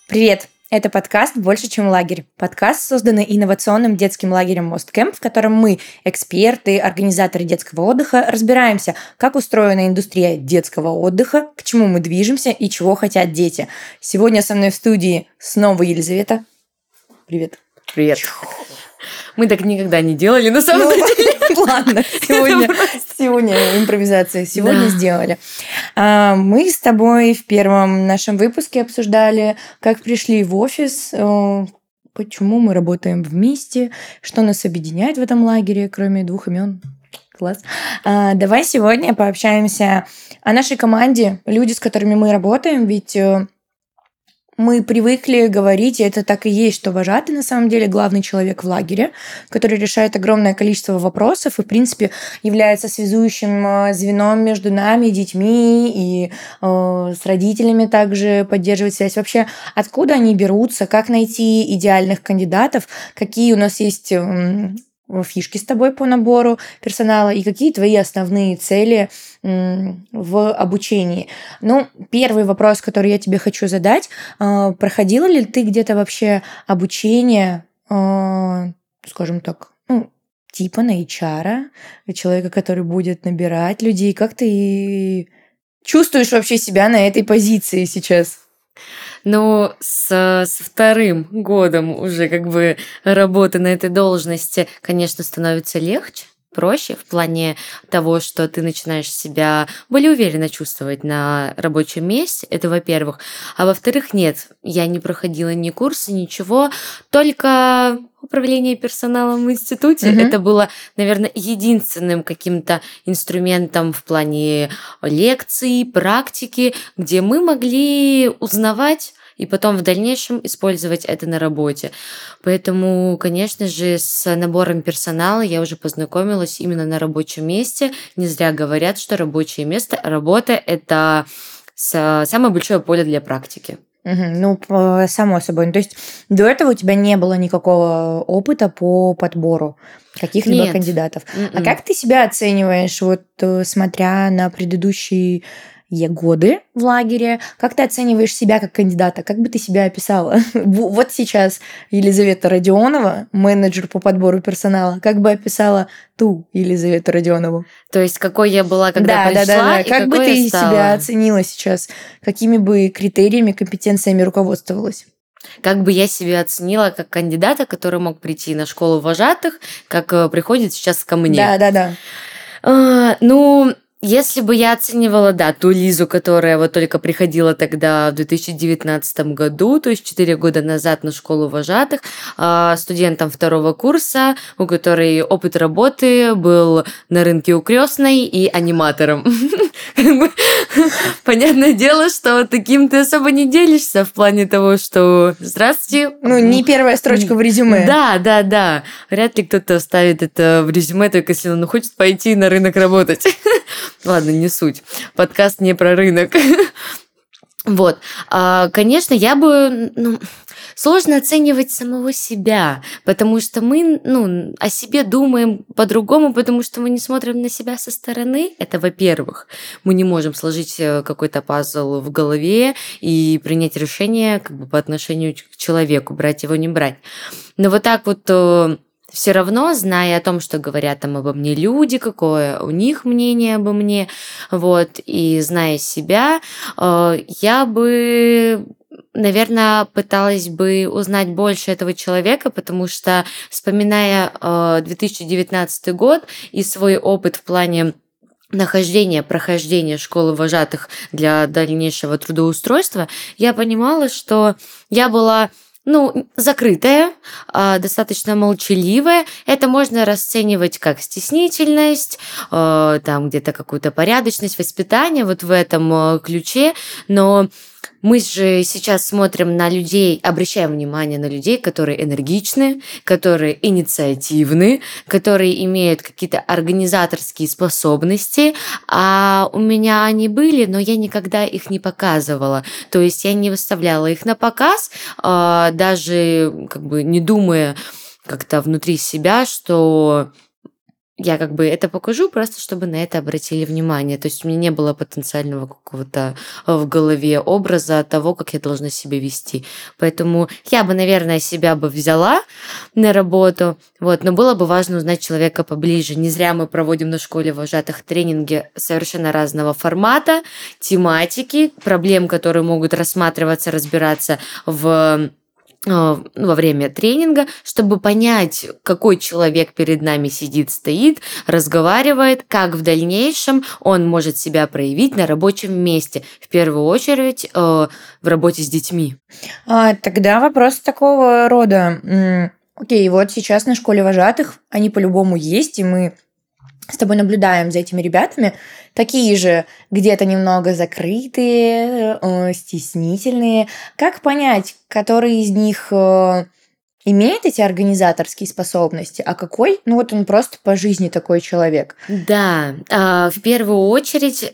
Привет! Это подкаст «Больше, чем лагерь». Подкаст, созданный инновационным детским лагерем «Мосткэмп», в котором мы, эксперты, организаторы детского отдыха, разбираемся, как устроена индустрия детского отдыха, к чему мы движемся и чего хотят дети. Сегодня со мной в студии снова Елизавета. Привет. Привет. Мы так никогда не делали, на самом деле. Ладно, сегодня импровизация. Сегодня сделали. Мы с тобой в первом нашем выпуске обсуждали, как пришли в офис, почему мы работаем вместе, что нас объединяет в этом лагере, кроме двух имен. Класс. Давай сегодня пообщаемся о нашей команде, люди, с которыми мы работаем, ведь мы привыкли говорить, и это так и есть, что вожатый на самом деле главный человек в лагере, который решает огромное количество вопросов и, в принципе, является связующим звеном между нами, детьми и с родителями также поддерживать связь. Вообще, откуда они берутся, как найти идеальных кандидатов, какие у нас есть фишки с тобой по набору персонала и какие твои основные цели в обучении. Ну, первый вопрос, который я тебе хочу задать. Проходила ли ты где-то вообще обучение, скажем так, типа на HR, человека, который будет набирать людей? Как ты чувствуешь вообще себя на этой позиции сейчас? Но с вторым годом уже работы на этой должности, конечно, становится легче, проще в плане того, что ты начинаешь себя более уверенно чувствовать на рабочем месте, это во-первых. А во-вторых, нет, я не проходила ни курсы, ничего, только управление персоналом в институте. Это было, наверное, единственным каким-то инструментом в плане лекций, практики, где мы могли узнавать и потом в дальнейшем использовать это на работе. Поэтому, конечно же, с набором персонала я уже познакомилась именно на рабочем месте. Не зря говорят, что рабочее место, работа – это самое большое поле для практики. Ну, само собой. Ну, то есть до этого у тебя не было никакого опыта по подбору каких-либо кандидатов. А как ты себя оцениваешь, вот смотря на предыдущие годы в лагере? Как ты оцениваешь себя как кандидата? Как бы ты себя описала? Вот сейчас Елизавета Родионова, менеджер по подбору персонала, как бы описала ту Елизавету Родионову? То есть какой я была, когда пришла, да. и Как бы ты стала? себя оценила сейчас? Какими бы критериями, компетенциями руководствовалась? Как бы я себя оценила как кандидата, который мог прийти на школу вожатых, как приходит сейчас ко мне? Да. Если бы я оценивала, ту Лизу, которая вот только приходила тогда в 2019 году, то есть 4 года назад на школу вожатых, студентом второго курса, у которой опыт работы был на рынке у крестной и аниматором. Понятное дело, что таким ты особо не делишься в плане того, что «Здравствуйте». Не первая строчка в резюме. Да. Вряд ли кто-то оставит это в резюме, только если он хочет пойти на рынок работать. Ладно, не суть. Подкаст не про рынок. Вот. Конечно, я бы... Сложно оценивать самого себя, потому что мы о себе думаем по-другому, потому что мы не смотрим на себя со стороны. Это во-первых. Мы не можем сложить какой-то пазл в голове и принять решение по отношению к человеку, брать его, не брать. Но вот так вот... Все равно, зная о том, что говорят там обо мне люди, какое у них мнение обо мне, вот, и зная себя, я бы, наверное, пыталась бы узнать больше этого человека, потому что, вспоминая 2019 год и свой опыт в плане прохождения школы вожатых для дальнейшего трудоустройства, я понимала, что я была... закрытая, достаточно молчаливая. Это можно расценивать как стеснительность, там где-то какую-то порядочность, воспитание вот в этом ключе, но мы же сейчас смотрим на людей, обращаем внимание на людей, которые энергичны, которые инициативны, которые имеют какие-то организаторские способности, а у меня они были, но я никогда их не показывала. То есть я не выставляла их на показ, даже не думая как-то внутри себя, что я как бы это покажу, просто чтобы на это обратили внимание. То есть у меня не было потенциального какого-то в голове образа того, как я должна себя вести. Поэтому я бы, наверное, себя бы взяла на работу, вот, но было бы важно узнать человека поближе. Не зря мы проводим на школе вожатых тренинги совершенно разного формата, тематики, проблем, которые могут рассматриваться, разбираться во время тренинга, чтобы понять, какой человек перед нами сидит, стоит, разговаривает, как в дальнейшем он может себя проявить на рабочем месте, в первую очередь в работе с детьми. Тогда вопрос такого рода. Окей, вот сейчас на школе вожатых они по-любому есть, и мы с тобой наблюдаем за этими ребятами, такие же где-то немного закрытые, стеснительные. Как понять, который из них имеет эти организаторские способности, а какой, вот он просто по жизни такой человек? Да, в первую очередь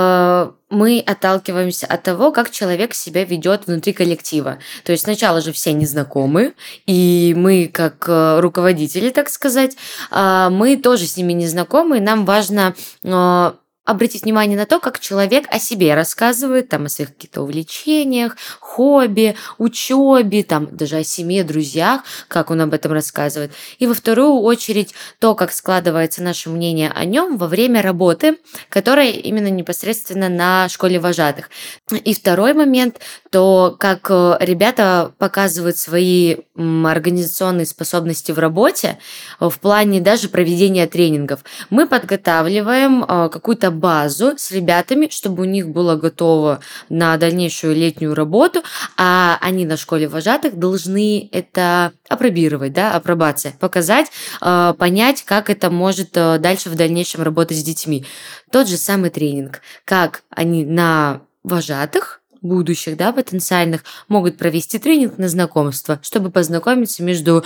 мы отталкиваемся от того, как человек себя ведет внутри коллектива. То есть сначала же все незнакомы, и мы, как руководители, так сказать, мы тоже с ними не знакомы, и нам важно обратить внимание на то, как человек о себе рассказывает, там, о своих каких-то увлечениях, хобби, учебе, там, даже о семье, друзьях, как он об этом рассказывает. И во вторую очередь то, как складывается наше мнение о нем во время работы, которая именно непосредственно на школе вожатых. И второй момент, то, как ребята показывают свои организационные способности в работе в плане даже проведения тренингов. Мы подготавливаем какую-то базу с ребятами, чтобы у них было готово на дальнейшую летнюю работу, а они на школе вожатых должны это апробировать, да, апробация, показать, понять, как это может дальше в дальнейшем работать с детьми. Тот же самый тренинг, как они на вожатых будущих, да, потенциальных, могут провести тренинг на знакомство, чтобы познакомиться между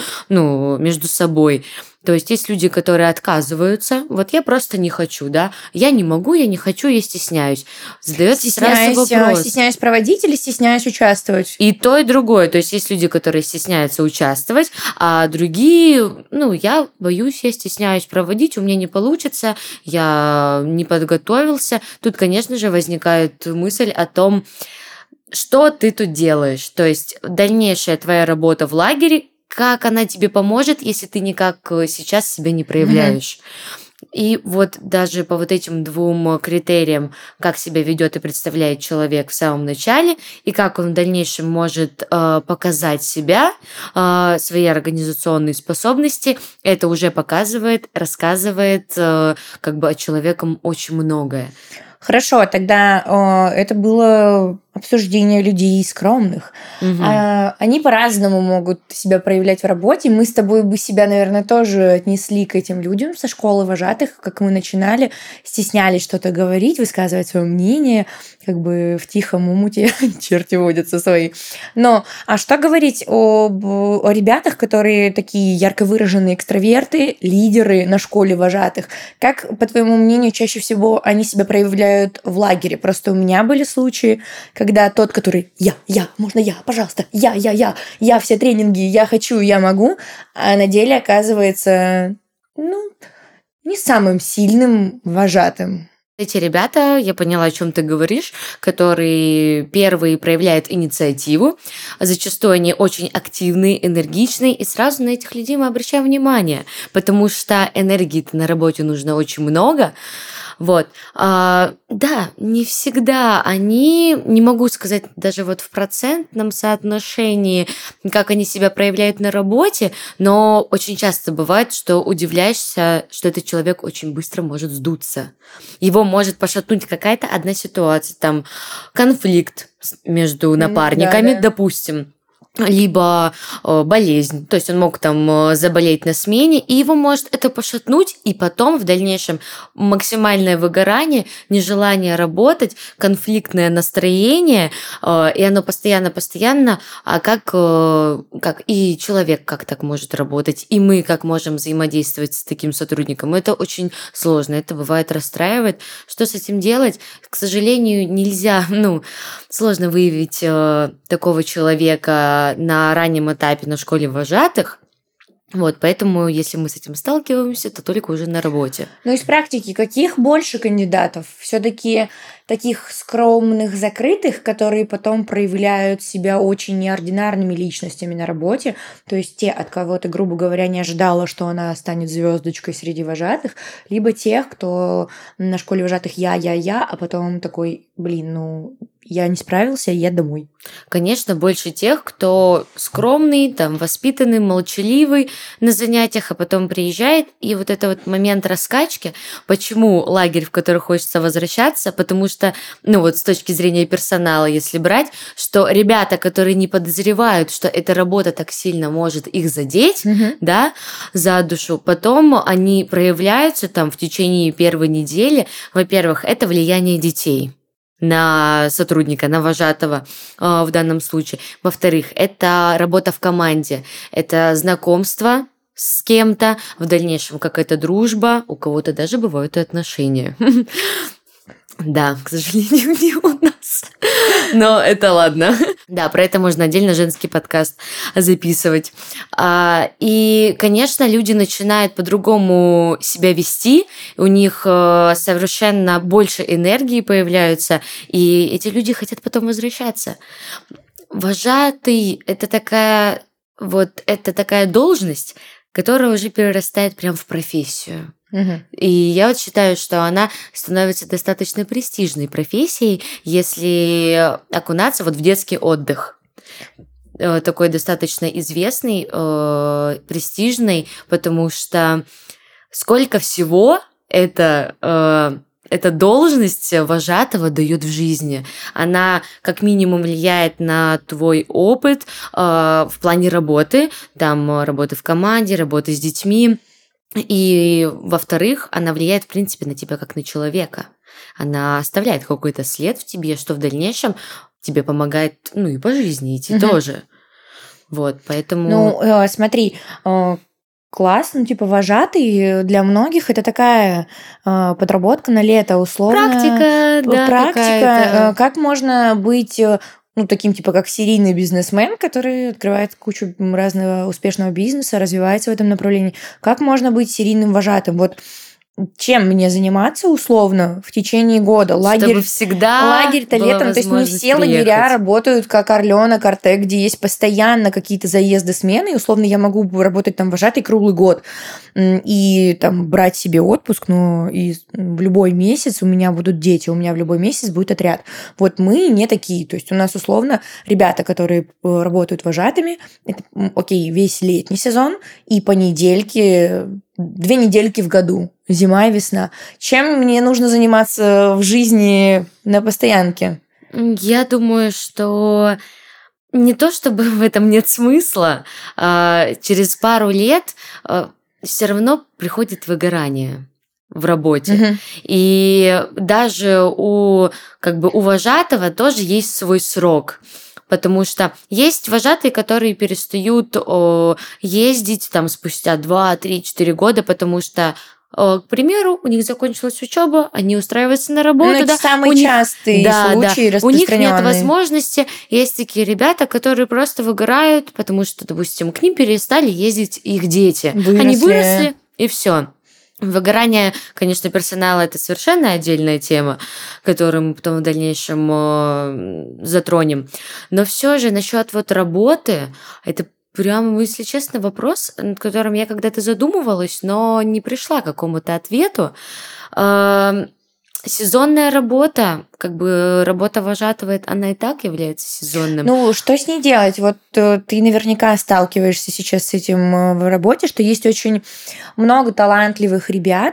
собой. То есть есть люди, которые отказываются, вот я просто не хочу, да, я не могу, я не хочу, я стесняюсь. Задается сразу вопрос. Стесняюсь проводить или стесняюсь участвовать? И то, и другое. То есть есть люди, которые стесняются участвовать, а другие, я боюсь, я стесняюсь проводить, у меня не получится, я не подготовился. Тут, конечно же, возникает мысль о том, что ты тут делаешь. То есть дальнейшая твоя работа в лагере, как она тебе поможет, если ты никак сейчас себя не проявляешь. И вот даже по вот этим двум критериям, как себя ведет и представляет человек в самом начале, и как он в дальнейшем может показать себя, свои организационные способности, это уже показывает, рассказывает как бы о человеке очень многое. Хорошо, тогда это было обсуждение людей скромных. Угу. Они по-разному могут себя проявлять в работе. Мы с тобой бы себя, наверное, тоже отнесли к этим людям со школы вожатых, как мы начинали, стеснялись что-то говорить, высказывать свое мнение, как бы в тихом умуте черти водятся свои. Но, а что говорить о ребятах, которые такие ярко выраженные экстраверты, лидеры на школе вожатых? Как, по твоему мнению, чаще всего они себя проявляют в лагере? Просто у меня были случаи, когда тот, который можно я, пожалуйста, я все тренинги, я хочу, я могу, а на деле оказывается, не самым сильным вожатым. Эти ребята, я поняла, о чем ты говоришь, которые первые проявляют инициативу, зачастую они очень активные, энергичные, и сразу на этих людей мы обращаем внимание, потому что энергии-то на работе нужно очень много. Вот. Да, не всегда они, не могу сказать даже вот в процентном соотношении, как они себя проявляют на работе, но очень часто бывает, что удивляешься, что этот человек очень быстро может сдуться. Его может пошатнуть какая-то одна ситуация, там конфликт между напарниками, допустим, либо болезнь, то есть он мог там заболеть на смене, и его может это пошатнуть, и потом в дальнейшем максимальное выгорание, нежелание работать, конфликтное настроение, и оно постоянно, а как и человек как так может работать, и мы как можем взаимодействовать с таким сотрудником, это очень сложно, это бывает расстраивает. Что с этим делать? К сожалению, нельзя, сложно выявить такого человека на раннем этапе на школе вожатых, Вот, поэтому, если мы с этим сталкиваемся, то только уже на работе. Ну, из практики, каких больше кандидатов? Все-таки таких скромных, закрытых, которые потом проявляют себя очень неординарными личностями на работе, то есть те, от кого ты, грубо говоря, не ожидала, что она станет звездочкой среди вожатых, либо тех, кто на школе вожатых я, а потом такой, я не справился, я домой. Конечно, больше тех, кто скромный, там, воспитанный, молчаливый на занятиях, а потом приезжает, и вот это вот момент раскачки, почему лагерь, в который хочется возвращаться, потому что, с точки зрения персонала, если брать, что ребята, которые не подозревают, что эта работа так сильно может их задеть, да, за душу, потом они проявляются там в течение первой недели. Во-первых, это влияние детей на сотрудника, на вожатого в данном случае. Во-вторых, это работа в команде, это знакомство с кем-то, в дальнейшем какая-то дружба, у кого-то даже бывают и отношения. Да, к сожалению, не у нас. Но это ладно. Да, про это можно отдельно женский подкаст записывать. И, конечно, люди начинают по-другому себя вести, у них совершенно больше энергии появляются, и эти люди хотят потом возвращаться. Вожатый – это такая должность, которая уже перерастает прям в профессию. И я вот считаю, что она становится достаточно престижной профессией, если окунаться вот в детский отдых. Такой достаточно известный, престижный, потому что сколько всего эта должность вожатого дает в жизни. Она как минимум влияет на твой опыт в плане работы, там работы в команде, работы с детьми. И, во-вторых, она влияет, в принципе, на тебя как на человека. Она оставляет какой-то след в тебе, что в дальнейшем тебе помогает, и по жизни идти тоже. Вот, поэтому... Смотри, класс, вожатый для многих это такая подработка на лето, условно. Практика. Как можно быть... таким как серийный бизнесмен, который открывает кучу разного успешного бизнеса, развивается в этом направлении. Как можно быть серийным вожатым? Вот чем мне заниматься условно в течение года? Лагерь-то летом, то есть не все лагеря работают как Орленок, Артек, где есть постоянно какие-то заезды, смены, и условно я могу работать там вожатой круглый год и там брать себе отпуск, но и в любой месяц у меня будут дети, у меня в любой месяц будет отряд. Вот мы не такие, то есть у нас условно ребята, которые работают вожатыми, это, весь летний сезон и понедельки, 2 недельки в году, зима и весна. Чем мне нужно заниматься в жизни на постоянке? Я думаю, что не то чтобы в этом нет смысла, через пару лет все равно приходит выгорание в работе. И даже у вожатого тоже есть свой срок. Потому что есть вожатые, которые перестают ездить там спустя 2, 3, 4 года, потому что, к примеру, у них закончилась учеба, они устраиваются на работу. Это самые частые случаи распространенные. У них нет возможности. Есть такие ребята, которые просто выгорают, потому что, допустим, к ним перестали ездить их дети. Они выросли, и все. Выгорание, конечно, персонала – это совершенно отдельная тема, которую мы потом в дальнейшем затронем. Но все же насчет работы, это прям, если честно, вопрос, над которым я когда-то задумывалась, но не пришла к какому-то ответу. Сезонная работа, работа вожатого, она и так является сезонным. Что с ней делать? Вот ты наверняка сталкиваешься сейчас с этим в работе, что есть очень много талантливых ребят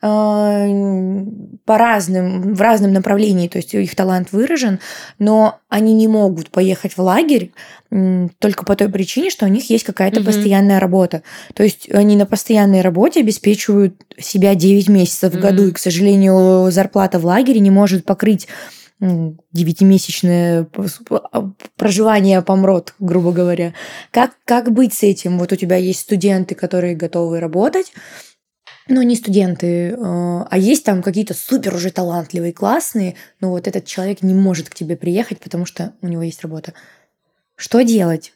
в разном направлении, то есть их талант выражен, но они не могут поехать в лагерь только по той причине, что у них есть какая-то постоянная работа. То есть они на постоянной работе обеспечивают себя 9 месяцев в году, и, к сожалению, зарплата в лагере не может покрыть 9-месячное проживание помрот, грубо говоря. Как быть с этим? Вот у тебя есть студенты, которые готовы работать, но не студенты, а есть там какие-то супер уже талантливые, классные, но вот этот человек не может к тебе приехать, потому что у него есть работа. Что делать?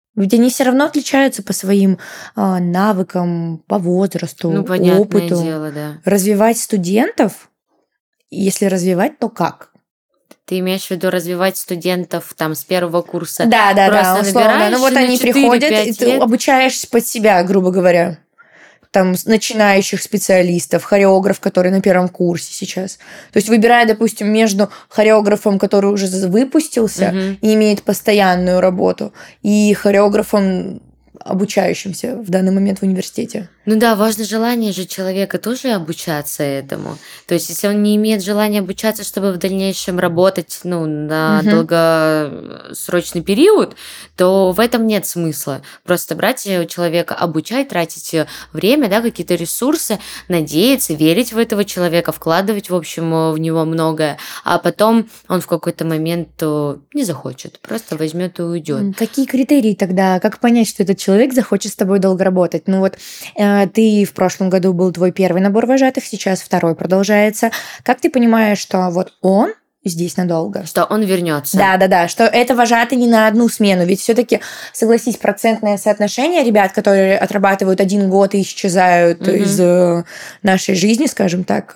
Ведь они все равно отличаются по своим навыкам, по возрасту, Ну, понятное опыту. дело, да. Развивать студентов, если развивать, то как? Ты имеешь в виду развивать студентов там с первого курса? Да, Просто условно. набираешь, Ну вот и на они 4-5 приходят, и ты лет. обучаешь под себя, грубо говоря. Там начинающих специалистов, хореограф, который на первом курсе сейчас. То есть выбирая, допустим, между хореографом, который уже выпустился Мгм. и имеет постоянную работу, и хореографом, обучающимся в данный момент в университете. Ну да, важно желание же человека тоже обучаться этому. То есть, если он не имеет желания обучаться, чтобы в дальнейшем работать, ну, на долгосрочный период, то в этом нет смысла. Просто брать у человека, обучать, тратить время, да, какие-то ресурсы, надеяться, верить в этого человека, вкладывать, в общем, в него многое, а потом он в какой-то момент не захочет, просто возьмет и уйдет. Какие критерии тогда? Как понять, что этот человек захочет с тобой долго работать? Ну вот ты в прошлом году был твой первый набор вожатых, сейчас второй продолжается. Как ты понимаешь, что вот он здесь надолго? Что он вернется. Да, что это вожатый не на одну смену. Ведь все-таки, согласись, процентное соотношение ребят, которые отрабатывают 1 год и исчезают из нашей жизни, скажем так,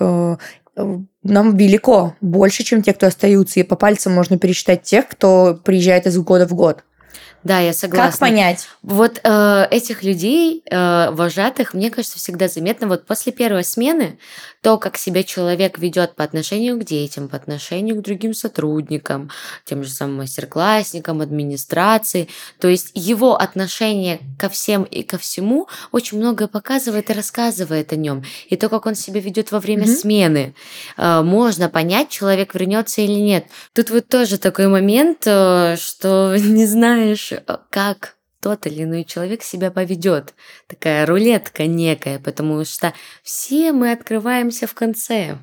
нам велико. Больше, чем те, кто остаются. И по пальцам можно пересчитать тех, кто приезжает из года в год. Да, я согласна. Как понять? Вот этих людей, вожатых, мне кажется, всегда заметно вот после первой смены то, как себя человек ведет по отношению к детям, по отношению к другим сотрудникам, тем же самым мастер-классникам, администрации. То есть его отношение ко всем и ко всему очень многое показывает и рассказывает о нем. И то, как он себя ведет во время смены, можно понять, человек вернется или нет. Тут вот тоже такой момент, что не знаешь, как тот или иной человек себя поведет. Такая рулетка некая, потому что все мы открываемся в конце.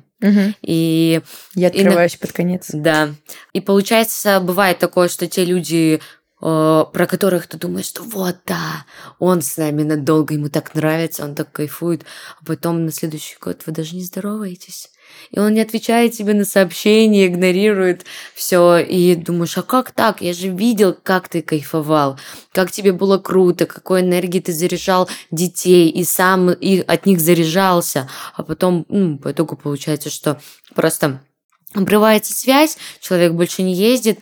И я открываюсь под конец. Да. И получается, бывает такое, что те люди, про которых ты думаешь, что вот, да, он с нами надолго, ему так нравится, он так кайфует, а потом на следующий год вы даже не здороваетесь. И он не отвечает тебе на сообщения, игнорирует все. И думаешь, а как так? Я же видел, как ты кайфовал, как тебе было круто, какой энергией ты заряжал детей, и сам от них заряжался. А потом, по итогу получается, что просто обрывается связь, человек больше не ездит.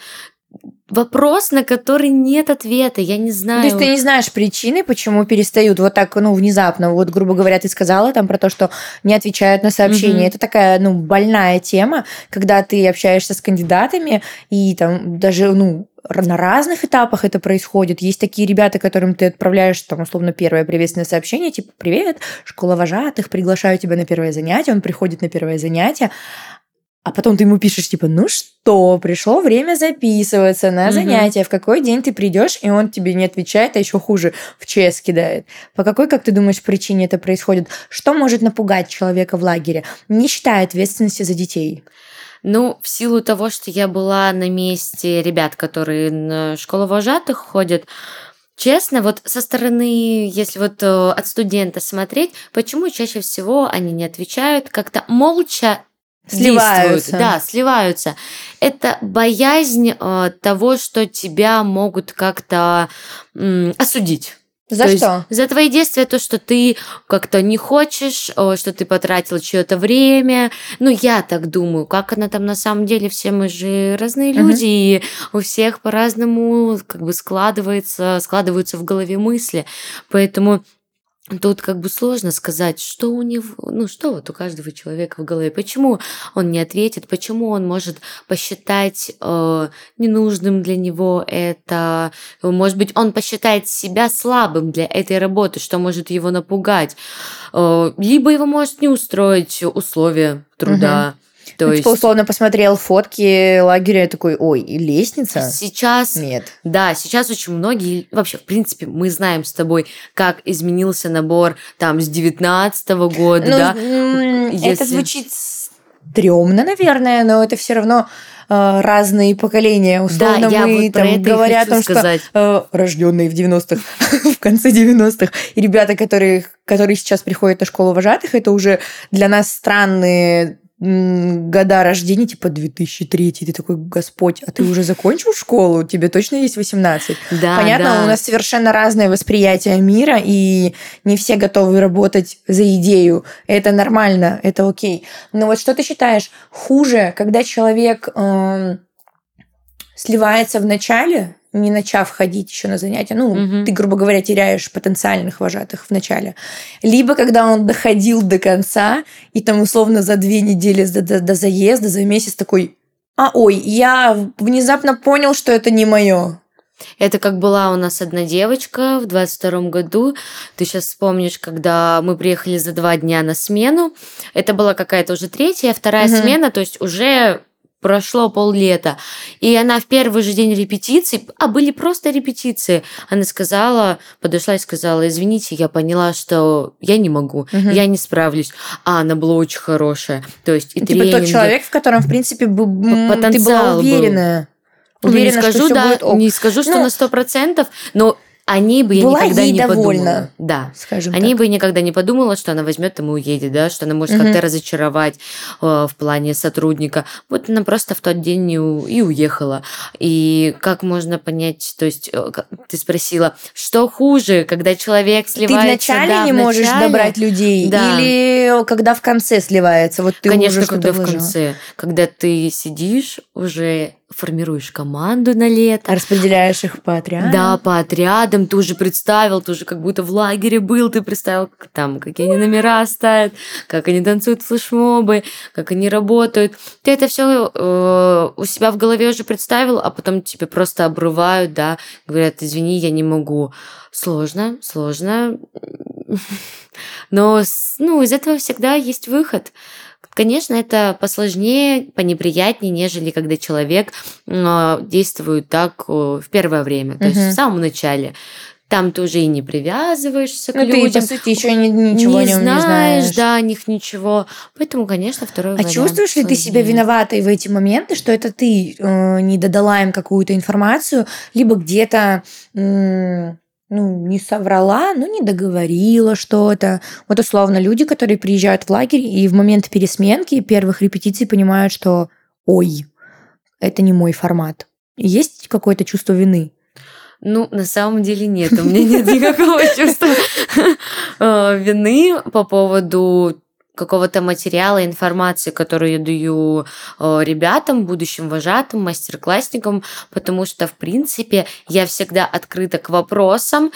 Вопрос, на который нет ответа, я не знаю. То есть ты не знаешь причины, почему перестают вот так, внезапно. Вот, грубо говоря, ты сказала там про то, что не отвечают на сообщения. Это такая, больная тема, когда ты общаешься с кандидатами, и там даже, на разных этапах это происходит. Есть такие ребята, которым ты отправляешь, там, условно, первое приветственное сообщение, типа, привет, школа вожатых, приглашаю тебя на первое занятие, он приходит на первое занятие, а потом ты ему пишешь, типа, ну что, пришло время записываться на занятия, в какой день ты придешь, и он тебе не отвечает, а еще хуже, в ЧС кидает. По какой, как ты думаешь, причине это происходит? Что может напугать человека в лагере, не считая ответственности за детей? В силу того, что я была на месте ребят, которые на школу вожатых ходят, честно, вот со стороны, если вот от студента смотреть, почему чаще всего они не отвечают, как-то молча сливаются. Да, сливаются. Это боязнь того, что тебя могут как-то осудить. За что? За твои действия, то, что ты как-то не хочешь, что ты потратил чье-то время. Я так думаю, как она там на самом деле, все мы же разные люди, и у всех по-разному складываются в голове мысли. Поэтому тут сложно сказать, что у него, что вот у каждого человека в голове, почему он не ответит, почему он может посчитать ненужным для него это, может быть, он посчитает себя слабым для этой работы, что может его напугать, либо его может не устроить условия труда. То есть, условно, посмотрел фотки лагеря, такой, ой, и лестница? Сейчас... Нет. Да, сейчас очень многие... Вообще, в принципе, мы знаем с тобой, как изменился набор там с 19-го года, да? Это звучит стрёмно, наверное, но это все равно разные поколения. Условно, да, мы вот там говоря о том, сказать. Что рожденные в 90-х, в конце 90-х, и ребята, которые сейчас приходят на школу вожатых, это уже для нас странные года рождения, типа 2003, ты такой, Господь, а ты уже закончил школу? Тебе точно есть 18? Да, понятно, да. у нас совершенно разное восприятие мира, и не все готовы работать за идею. Это нормально, это окей. Но вот что ты считаешь хуже, когда человек сливается в начале, не начав ходить еще на занятия, ты, грубо говоря, теряешь потенциальных вожатых в начале, либо когда он доходил до конца, и там условно за 2 недели до заезда, за месяц такой, я внезапно понял, что это не мое. Это как была у нас одна девочка в 22-м году. Ты сейчас вспомнишь, когда мы приехали за 2 дня на смену. Это была какая-то уже 3-я, 2-я смена, то есть уже прошло пол-лета. И она в первый же день репетиций, были просто репетиции, она подошла и сказала, извините, я поняла, что я не могу, я не справлюсь. А она была очень хорошая. То есть и тренинги... тот человек, в котором, в принципе, ты была уверена. Уверена, что все будет ок. Не скажу, что на 100%, но они бы никогда не подумала. Да, они бы никогда не подумала, что она возьмет и уедет, да, что она может как-то разочаровать в плане сотрудника. Вот она просто в тот день и уехала. И как можно понять, то есть ты спросила, что хуже, когда человек сливается? Ты вначале не можешь добрать людей, или когда в конце сливается? Вот ты конечно, уже когда в конце, когда ты сидишь уже формируешь команду на лето. Распределяешь их по отрядам. Да, по отрядам. Ты уже представил, ты уже как будто в лагере был, ты представил, там, какие они номера ставят, как они танцуют флешмобы, как они работают. Ты это все у себя в голове уже представил, а потом тебе просто обрывают, да, говорят, извини, я не могу. Сложно. Но из этого всегда есть выход. Конечно, это посложнее, понеприятнее, нежели когда человек действует так в первое время, то есть в самом начале. Там ты уже и не привязываешься к людям. Ты, по сути, еще ничего о нем не знаешь. Да, о них ничего. Поэтому, конечно, второй вариант. А чувствуешь ли ты себя виноватой в эти моменты, что это ты не додала им какую-то информацию, либо где-то... не соврала, не договорила что-то. Вот условно люди, которые приезжают в лагерь и в момент пересменки первых репетиций понимают, что это не мой формат. Есть какое-то чувство вины? На самом деле нет. У меня нет никакого чувства вины по поводу какого-то материала, информации, которую я даю ребятам, будущим вожатым, мастер-классникам, потому что, в принципе, я всегда открыта к вопросам,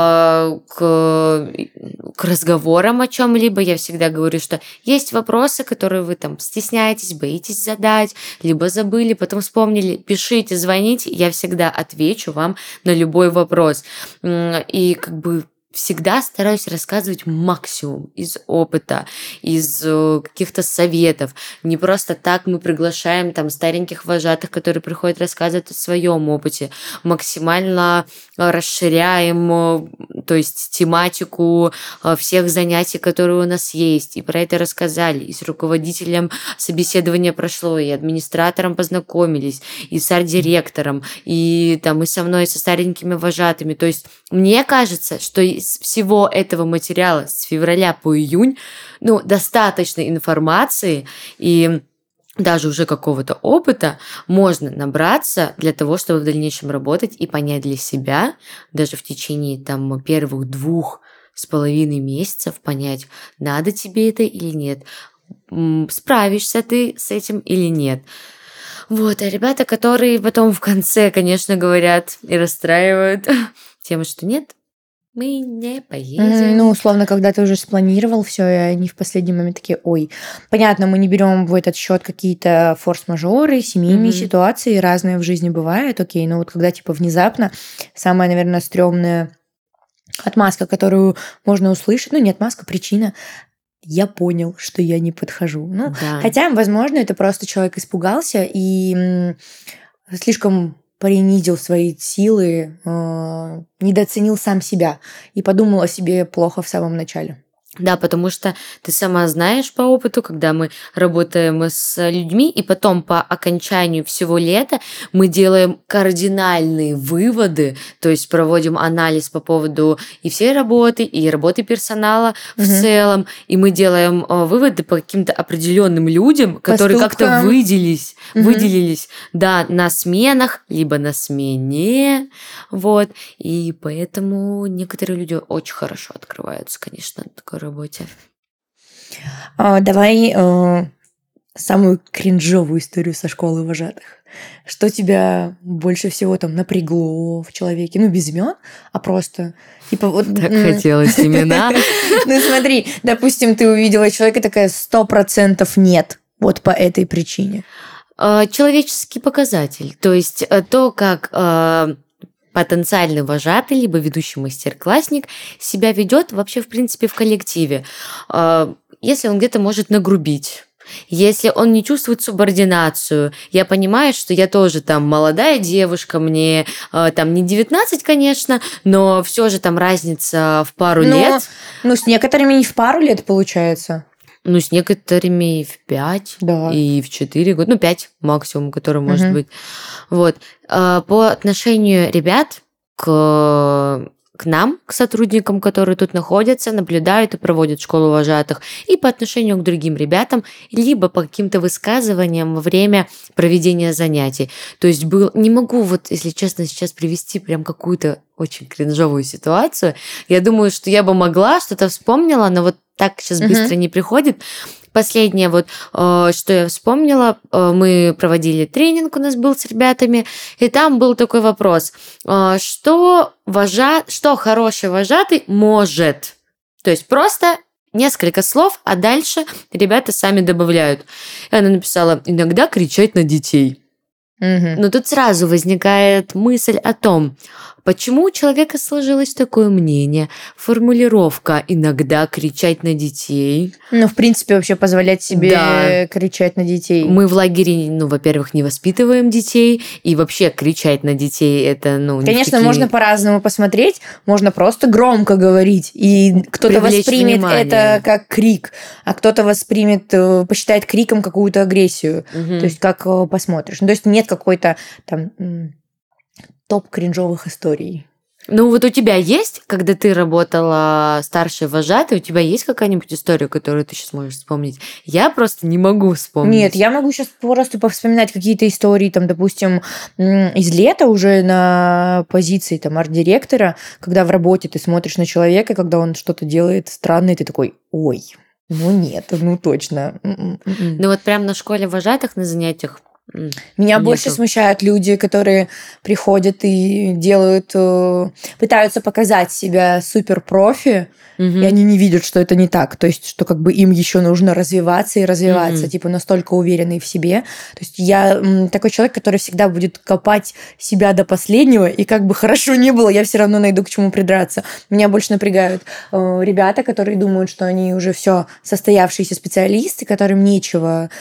к разговорам о чем-либо. Я всегда говорю, что есть вопросы, которые вы там стесняетесь, боитесь задать, либо забыли, потом вспомнили, пишите, звоните, я всегда отвечу вам на любой вопрос. И всегда стараюсь рассказывать максимум из опыта, из каких-то советов. Не просто так мы приглашаем там стареньких вожатых, которые приходят рассказывать о своем опыте. Максимально расширяем, то есть тематику всех занятий, которые у нас есть. И про это рассказали. И с руководителем собеседование прошло, и администратором познакомились, и с арт-директором, и со мной, со старенькими вожатыми. То есть мне кажется, что из всего этого материала с февраля по июнь, достаточно информации и даже уже какого-то опыта можно набраться для того, чтобы в дальнейшем работать и понять для себя, даже в течение первых 2,5 месяцев понять, надо тебе это или нет, справишься ты с этим или нет. Вот, а ребята, которые потом в конце, конечно, говорят и расстраивают тем, что нет, мы не поедем. Условно, когда ты уже спланировал все, и они в последний момент такие, понятно, мы не берем в этот счет какие-то форс-мажоры, семейные ситуации, разные в жизни бывают, окей, но вот когда внезапно, самая, наверное, стрёмная отмазка, которую можно услышать, не отмазка, причина, я понял, что я не подхожу. Хотя, возможно, это просто человек испугался и слишком принизил свои силы, недооценил сам себя и подумал о себе плохо в самом начале. Да, потому что ты сама знаешь по опыту, когда мы работаем с людьми, и потом по окончанию всего лета мы делаем кардинальные выводы, то есть проводим анализ по поводу и всей работы, и работы персонала в целом, и мы делаем выводы по каким-то определенным людям, которые как-то выделились, да, на сменах, либо на смене, вот, и поэтому некоторые люди очень хорошо открываются, конечно, на такой работе. Давай самую кринжовую историю со школы вожатых. Что тебя больше всего там напрягло в человеке? Ну, без имен, а просто типа вот... Так хотелось имена. Ну, смотри, допустим, ты увидела человека, такая 100% нет. Вот по этой причине. Человеческий показатель. То есть то, как потенциальный вожатый, либо ведущий мастер-классник себя ведет вообще, в принципе, в коллективе. Если он где-то может нагрубить, если он не чувствует субординацию, я понимаю, что я тоже там молодая девушка, мне там не 19, конечно, но все же там разница в пару лет. Ну, с некоторыми и в пару лет получается. Ну, с некоторыми и в 5, да. и в 4 года. Ну, 5 максимум, который может быть. Вот. По отношению ребят к нам, к сотрудникам, которые тут находятся, наблюдают и проводят школу вожатых, и по отношению к другим ребятам, либо по каким-то высказываниям во время проведения занятий. То есть не могу, вот, если честно, сейчас привести прям какую-то очень кринжовую ситуацию. Я думаю, что я бы могла, что-то вспомнила, но вот так сейчас быстро не приходит. Последнее, вот, что я вспомнила, мы проводили тренинг, у нас был с ребятами, и там был такой вопрос, что хороший вожатый может. То есть просто несколько слов, а дальше ребята сами добавляют. И она написала: иногда кричать на детей. Но тут сразу возникает мысль о том, почему у человека сложилось такое мнение, формулировка «иногда кричать на детей». Ну, в принципе, вообще позволять себе кричать на детей. Мы в лагере, во-первых, не воспитываем детей, и вообще кричать на детей это, Конечно, можно по-разному посмотреть, можно просто громко говорить, и кто-то воспримет это как крик, а кто-то посчитает криком какую-то агрессию. То есть, как посмотришь. Ну, то есть, нет какой-то там топ кринжовых историй. Ну, вот у тебя есть, когда ты работала старшей вожатой, у тебя есть какая-нибудь история, которую ты сейчас можешь вспомнить? Я просто не могу вспомнить. Нет, я могу сейчас просто повспоминать какие-то истории, там, допустим, из лета уже на позиции там арт-директора, когда в работе ты смотришь на человека, когда он что-то делает странное, ты такой: ой, ну нет, ну точно. Ну вот прям на школе вожатых на занятиях меня больше смущают люди, которые приходят и пытаются показать себя суперпрофи, и они не видят, что это не так. То есть, что как бы им еще нужно развиваться и развиваться, типа настолько уверенные в себе. То есть я такой человек, который всегда будет копать себя до последнего, и как бы хорошо не было, я все равно найду к чему придраться. Меня больше напрягают ребята, которые думают, что они уже все состоявшиеся специалисты, которым нечего...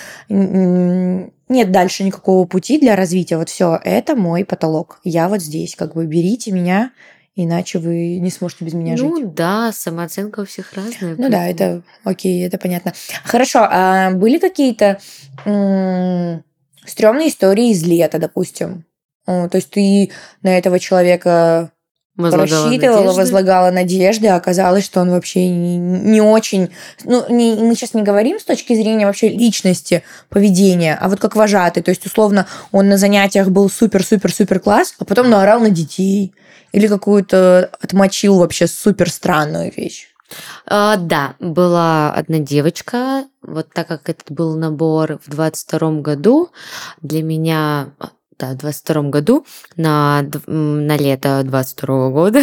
Нет дальше никакого пути для развития. Вот все, это мой потолок. Я вот здесь, как бы берите меня, иначе вы не сможете без меня жить. Ну да, самооценка у всех разная. Ну да, это окей, это понятно. Хорошо, а были какие-то стрёмные истории из лета, допустим? То есть ты на этого человека возлагала надежды, а оказалось, что он вообще не очень... Ну, мы сейчас не говорим с точки зрения вообще личности, поведения, а вот как вожатый. То есть, условно, он на занятиях был супер-супер-супер класс, а потом наорал на детей или какую-то отмочил вообще супер странную вещь. Да, была одна девочка, вот так как этот был набор в 22-м году, для меня... Да, в 22-м году, на лето 22-го года.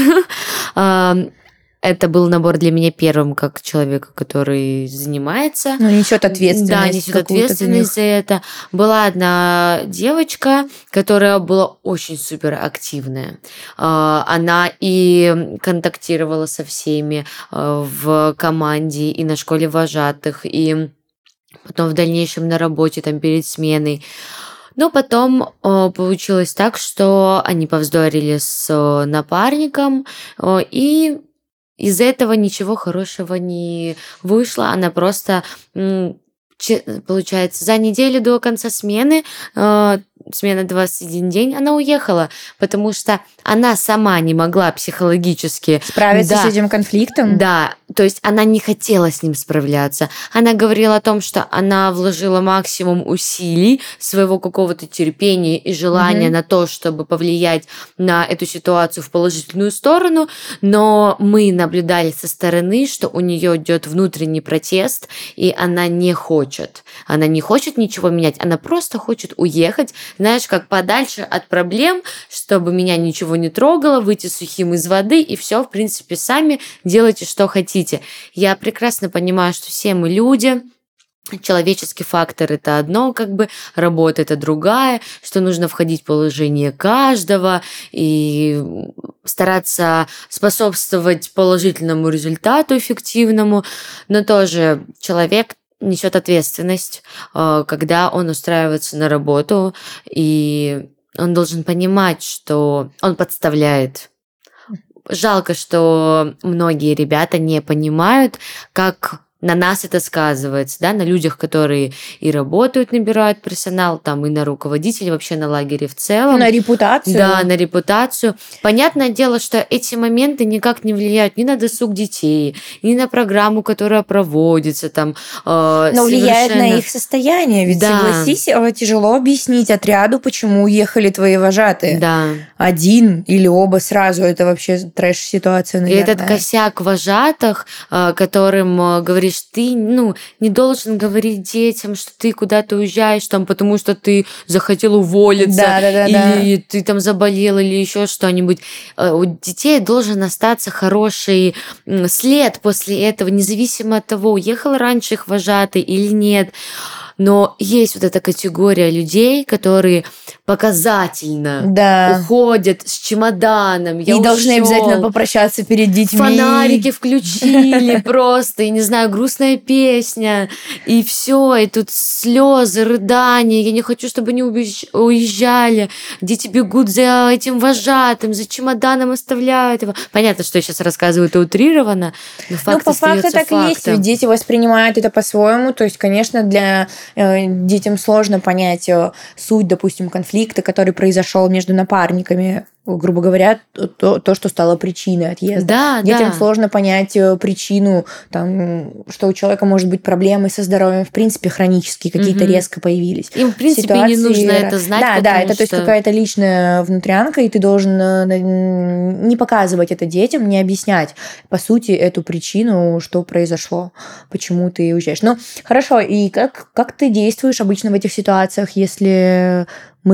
Это был набор для меня первым, как человека, который занимается. Ну, несет ответственность. Да, несет ответственность за это. Была одна девочка, которая была очень супер активная. Она и контактировала со всеми в команде, и на школе вожатых, и потом в дальнейшем на работе, там, перед сменой. Но потом получилось так, что они повздорили с напарником, и из этого ничего хорошего не вышло. Она просто, получается, за неделю до конца смены, смена 21 день, она уехала, потому что она сама не могла психологически справиться с этим конфликтом. Да, то есть она не хотела с ним справляться. Она говорила о том, что она вложила максимум усилий, своего какого-то терпения и желания на то, чтобы повлиять на эту ситуацию в положительную сторону, но мы наблюдали со стороны, что у нее идет внутренний протест, и она не хочет. Она не хочет ничего менять, она просто хочет уехать, знаешь, как подальше от проблем, чтобы меня ничего не трогало, выйти сухим из воды, и все, в принципе, сами делайте, что хотите. Я прекрасно понимаю, что все мы люди, человеческий фактор – это одно, как бы, работа – это другая, что нужно входить в положение каждого и стараться способствовать положительному результату, эффективному, но тоже человек несет ответственность, когда он устраивается на работу, и он должен понимать, что он подставляет. Жалко, что многие ребята не понимают, как на нас это сказывается, да, на людях, которые и работают, набирают персонал, там, и на руководителей, вообще на лагере в целом. На репутацию. Да, на репутацию. Понятное дело, что эти моменты никак не влияют ни на досуг детей, ни на программу, которая проводится. Там, но влияет на их состояние. Ведь, согласись, тяжело объяснить отряду, почему уехали твои вожатые. Да. Один или оба сразу. Это вообще трэш-ситуация, наверное. И этот косяк вожатых, которым говоришь, ты, не должен говорить детям, что ты куда-то уезжаешь, там, потому что ты захотел уволиться, или ты там заболел, или еще что-нибудь. У детей должен остаться хороший след после этого, независимо от того, уехал раньше их вожатый или нет. Но есть вот эта категория людей, которые показательно уходят с чемоданом. И должны обязательно попрощаться перед детьми. Фонарики включили просто, и не знаю, грустная песня, и все, и тут слезы, рыдания. Я не хочу, чтобы они уезжали. Дети бегут за этим вожатым, за чемоданом оставляют его. Понятно, что я сейчас рассказываю это утрированно, но факт по факту так и есть. Ведь дети воспринимают это по-своему. То есть, конечно, для детям сложно понять суть, допустим, конфликта, который произошел между напарниками, грубо говоря, то, что стало причиной отъезда. Детям сложно понять причину, там, что у человека может быть проблемы со здоровьем, в принципе, хронические какие-то резко появились. Им, в принципе, не нужно это знать. Да, это то есть какая-то личная внутрянка, и ты должен не показывать это детям, не объяснять, по сути, эту причину, что произошло, почему ты уезжаешь. Ну, хорошо, и как ты действуешь обычно в этих ситуациях, если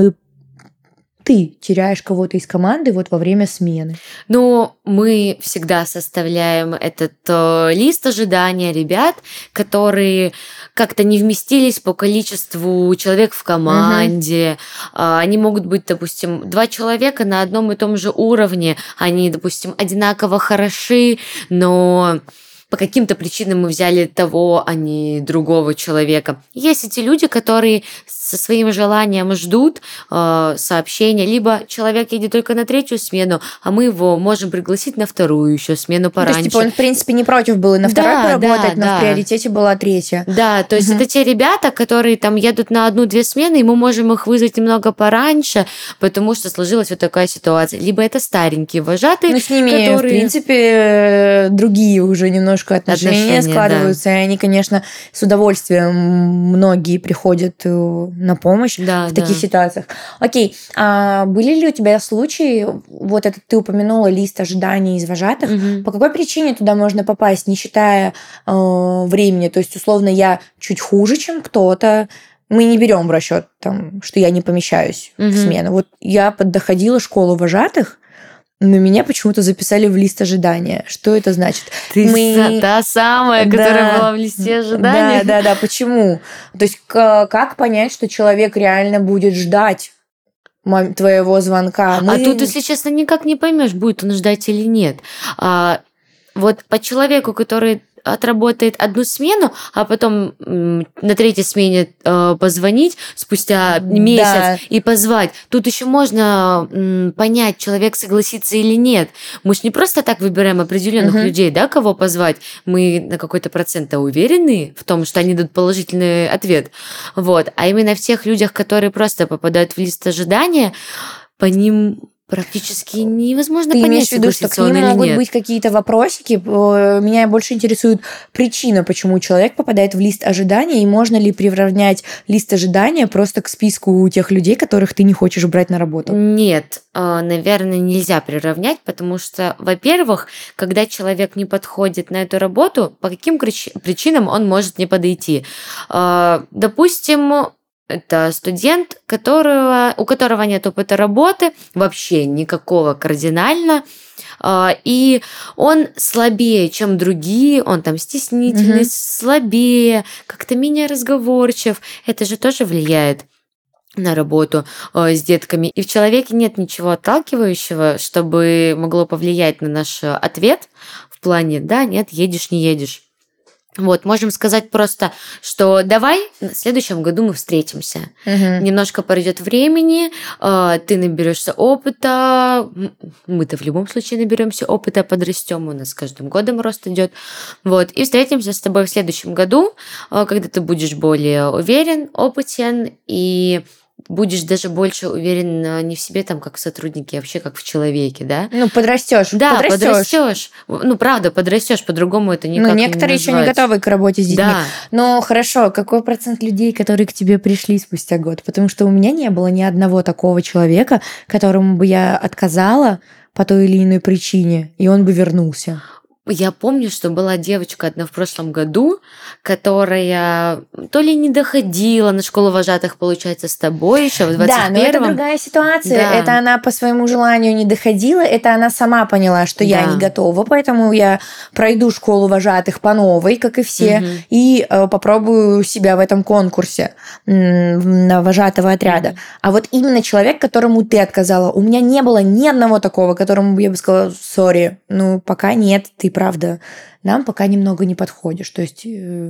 ты теряешь кого-то из команды вот во время смены? Ну, мы всегда составляем этот лист ожидания ребят, которые как-то не вместились по количеству человек в команде. Они могут быть, допустим, 2 человека на одном и том же уровне. Они, допустим, одинаково хороши, но по каким-то причинам мы взяли того, а не другого человека. Есть эти люди, которые со своим желанием ждут сообщения, либо человек едет только на 3-ю смену, а мы его можем пригласить на 2-ю еще смену пораньше. То есть, он, в принципе, не против был и на 2-й поработать, но в приоритете была 3-я. Да, то есть это те ребята, которые там едут на 1-2 смены, и мы можем их вызвать немного пораньше, потому что сложилась вот такая ситуация. Либо это старенькие вожатые, с ними, которые, в принципе, другие уже немножко отношения складываются, и они, конечно, с удовольствием многие приходят на помощь в таких ситуациях. Окей, а были ли у тебя случаи, вот это ты упомянула лист ожиданий из вожатых, по какой причине туда можно попасть, не считая времени? То есть, условно, я чуть хуже, чем кто-то, мы не берем в расчет, там, что я не помещаюсь в смену. Вот я доходила в школу вожатых, но меня почему-то записали в лист ожидания. Что это значит? Ты та самая, которая была в листе ожидания? Да. Почему? То есть как понять, что человек реально будет ждать твоего звонка? А тут, если честно, никак не поймешь, будет он ждать или нет. Вот по человеку, который отработает одну смену, а потом на третьей смене позвонить спустя месяц и позвать. Тут еще можно понять, человек согласится или нет. Мы же не просто так выбираем определенных людей, да, кого позвать. Мы на какой-то процент уверены в том, что они дадут положительный ответ. Вот. А именно в тех людях, которые просто попадают в лист ожидания, по ним практически невозможно понять, имеешь в виду, что к ним могут быть какие-то вопросики? Меня больше интересует причина, почему человек попадает в лист ожидания, и можно ли приравнять лист ожидания просто к списку тех людей, которых ты не хочешь брать на работу? Нет, наверное, нельзя приравнять, потому что, во-первых, когда человек не подходит на эту работу, по каким причинам он может не подойти? Допустим, это студент, у которого нет опыта работы, вообще никакого кардинально, и он слабее, чем другие, он там стеснительный, слабее, как-то менее разговорчив. Это же тоже влияет на работу с детками. И в человеке нет ничего отталкивающего, чтобы могло повлиять на наш ответ в плане «да, нет, едешь, не едешь». Вот, можем сказать просто, что давай в следующем году мы встретимся. Немножко пройдет времени, ты наберешься опыта, мы-то в любом случае наберемся опыта, подрастем, у нас с каждым годом рост идет. Вот, и встретимся с тобой в следующем году, когда ты будешь более уверен, опытен и будешь даже больше уверен не в себе, там, как в сотруднике, а вообще как в человеке, да? Ну, подрастешь. Да, подрастешь. Ну, правда, подрастешь, по-другому это никак не назвать. Некоторые еще не готовы к работе с детьми. Да. Но хорошо, какой процент людей, которые к тебе пришли спустя год? Потому что у меня не было ни одного такого человека, которому бы я отказала по той или иной причине, и он бы вернулся. Я помню, что была девочка одна в прошлом году, которая то ли не доходила на школу вожатых, получается, с тобой еще в 21-м. Да, но это другая ситуация. Да. Это она по своему желанию не доходила, это она сама поняла, что я не готова, поэтому я пройду школу вожатых по новой, как и все, и попробую себя в этом конкурсе на вожатого отряда. А вот именно человек, которому ты отказала, у меня не было ни одного такого, которому я бы сказала, сори, ну пока нет, ты правда, нам пока немного не подходишь. То есть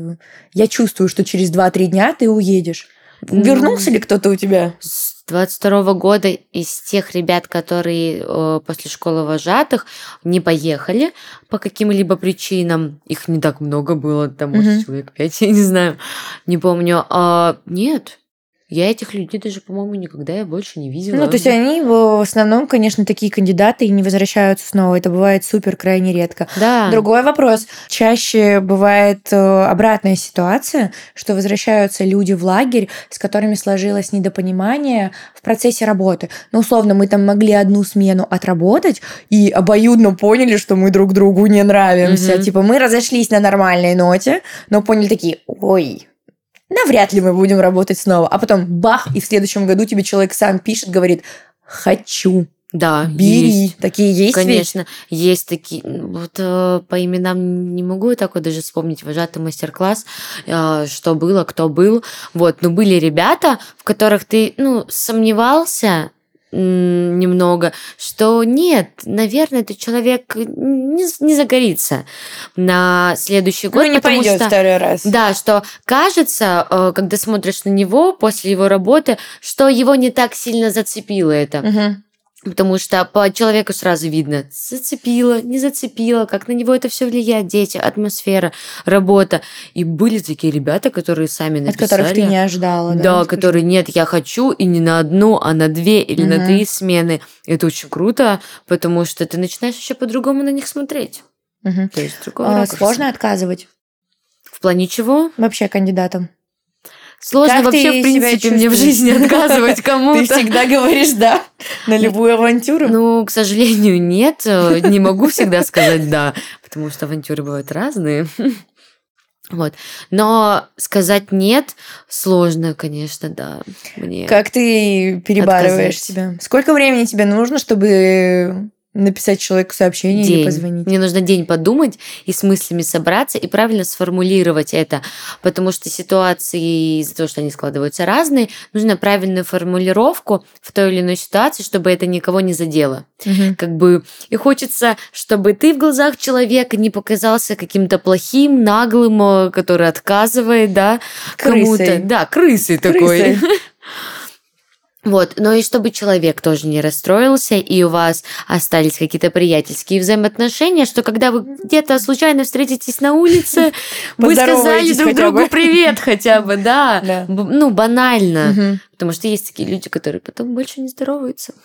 я чувствую, что через 2-3 дня ты уедешь. Вернулся ли кто-то у тебя? С 22-го года из тех ребят, которые после школы вожатых не поехали по каким-либо причинам, их не так много было, там, может, человек 5, я не знаю, не помню. Нет. Я этих людей даже, по-моему, никогда я больше не видела. Ну, то есть они в основном, конечно, такие кандидаты и не возвращаются снова. Это бывает супер крайне редко. Да. Другой вопрос. Чаще бывает обратная ситуация, что возвращаются люди в лагерь, с которыми сложилось недопонимание в процессе работы. Ну, условно, мы там могли одну смену отработать и обоюдно поняли, что мы друг другу не нравимся. Типа мы разошлись на нормальной ноте, но поняли такие, ой, навряд ли мы будем работать снова. А потом бах, и в следующем году тебе человек сам пишет, говорит, хочу. Да, бери. Есть. Такие есть? Конечно, ведь? Есть такие. Вот по именам не могу так вот даже вспомнить вожатый мастер-класс, что было, кто был. Вот, но были ребята, в которых ты, сомневался немного, что нет, наверное, этот человек не загорится на следующий год. Не пойдет второй раз. Да, что кажется, когда смотришь на него после его работы, что его не так сильно зацепило это. Потому что по человеку сразу видно, зацепило, не зацепило, как на него это все влияет, дети, атмосфера, работа. И были такие ребята, которые сами написали. От которых ты не ожидала. Да, которые, нет, я хочу и не на одну, а на 2 или на 3 смены. Это очень круто, потому что ты начинаешь еще по-другому на них смотреть. То есть другого ракурса. Сложно отказывать. В плане чего? Вообще кандидатам. Сложно как вообще, в принципе, мне в жизни отказывать кому-то. Ты всегда говоришь «да» на любую авантюру? Ну, к сожалению, нет. Не могу всегда сказать «да», потому что авантюры бывают разные. Вот. Но сказать «нет» сложно, конечно, да. Как ты перебарываешь себя? Сколько времени тебе нужно, чтобы написать человеку сообщение или позвонить. Мне нужно день подумать и с мыслями собраться и правильно сформулировать это, потому что ситуации из-за того, что они складываются разные, нужно правильную формулировку в той или иной ситуации, чтобы это никого не задело. Как бы и хочется, чтобы ты в глазах человека не показался каким-то плохим, наглым, который отказывает, да, кому-то. Да, крысой такой. Вот, но и чтобы человек тоже не расстроился, и у вас остались какие-то приятельские взаимоотношения, что когда вы где-то случайно встретитесь на улице, вы сказали друг другу привет хотя бы, да. Ну, банально. Потому что есть такие люди, которые потом больше не здороваются.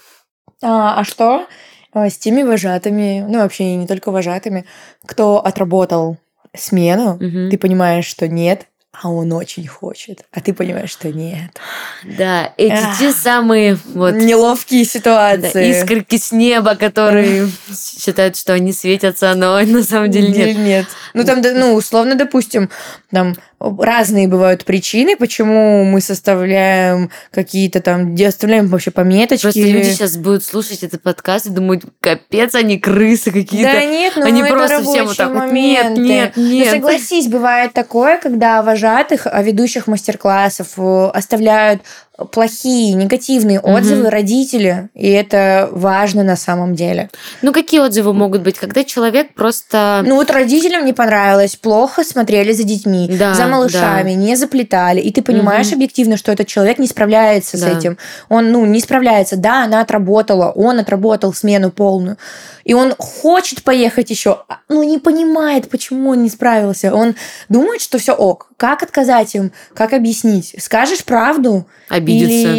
А что с теми вожатыми, ну, вообще не только вожатыми, кто отработал смену, ты понимаешь, что нет, а он очень хочет, а ты понимаешь, что нет. Да, эти те самые вот неловкие ситуации. Да, искорки с неба, которые считают, что они светятся, но на самом деле нет. Ну, там, ну, условно, допустим, там разные бывают причины, почему мы составляем какие-то там, где оставляем вообще пометочки. Просто люди сейчас будут слушать этот подкаст и думают, капец, они крысы какие-то. Да нет, ну они это просто всем вот так вот, нет. Ну, согласись, бывает такое, когда вожатых, ведущих мастер-классов оставляют плохие, негативные отзывы родители, и это важно на самом деле. Ну, какие отзывы могут быть, когда человек просто... Ну, вот родителям не понравилось, плохо смотрели за детьми, за малышами, не заплетали, и ты понимаешь объективно, что этот человек не справляется с этим. Он, ну, не справляется. Да, она отработала, он отработал смену полную, и он хочет поехать еще, но не понимает, почему он не справился. Он думает, что все ок. Как отказать им? Как объяснить? Скажешь правду? Обидеться.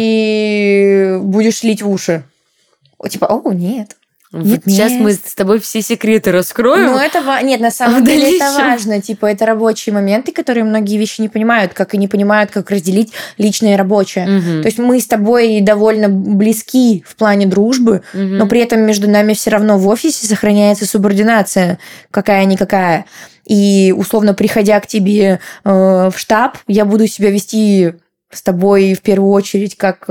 Или будешь лить в уши? Типа, о, нет. Вот сейчас мы с тобой все секреты раскроем. Ну, это нет, на самом деле это важно. Типа, это рабочие моменты, которые многие вещи не понимают, как и не понимают, как разделить личное и рабочее. То есть мы с тобой довольно близки в плане дружбы, но при этом между нами все равно в офисе сохраняется субординация какая-никакая. И, условно, приходя к тебе в штаб, я буду себя вести с тобой в первую очередь как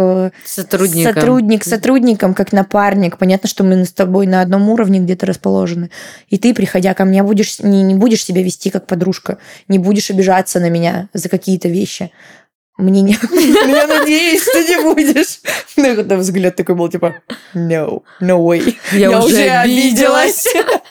сотрудник с сотрудником, как напарник. Понятно, что мы с тобой на одном уровне где-то расположены. И ты, приходя ко мне, не будешь себя вести как подружка, не будешь обижаться на меня за какие-то вещи. Мне не... Я надеюсь, что не будешь. Ну, взгляд такой был, типа, no way. Я уже обиделась.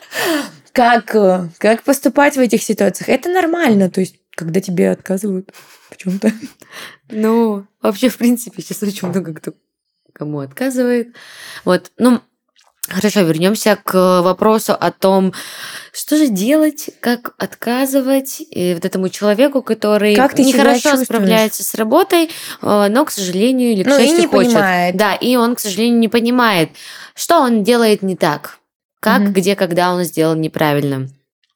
Как поступать в этих ситуациях? Это нормально, то есть, когда тебе отказывают в чем-то. Ну, вообще, в принципе, сейчас очень много кто кому отказывает. Вот, ну, хорошо, вернемся к вопросу о том, что же делать, как отказывать и вот этому человеку, который нехорошо справляется с работой, но, к сожалению, или к счастью, хочет. Понимает. Да, и он, к сожалению, не понимает, что он делает не так, как, где, когда он сделал неправильно.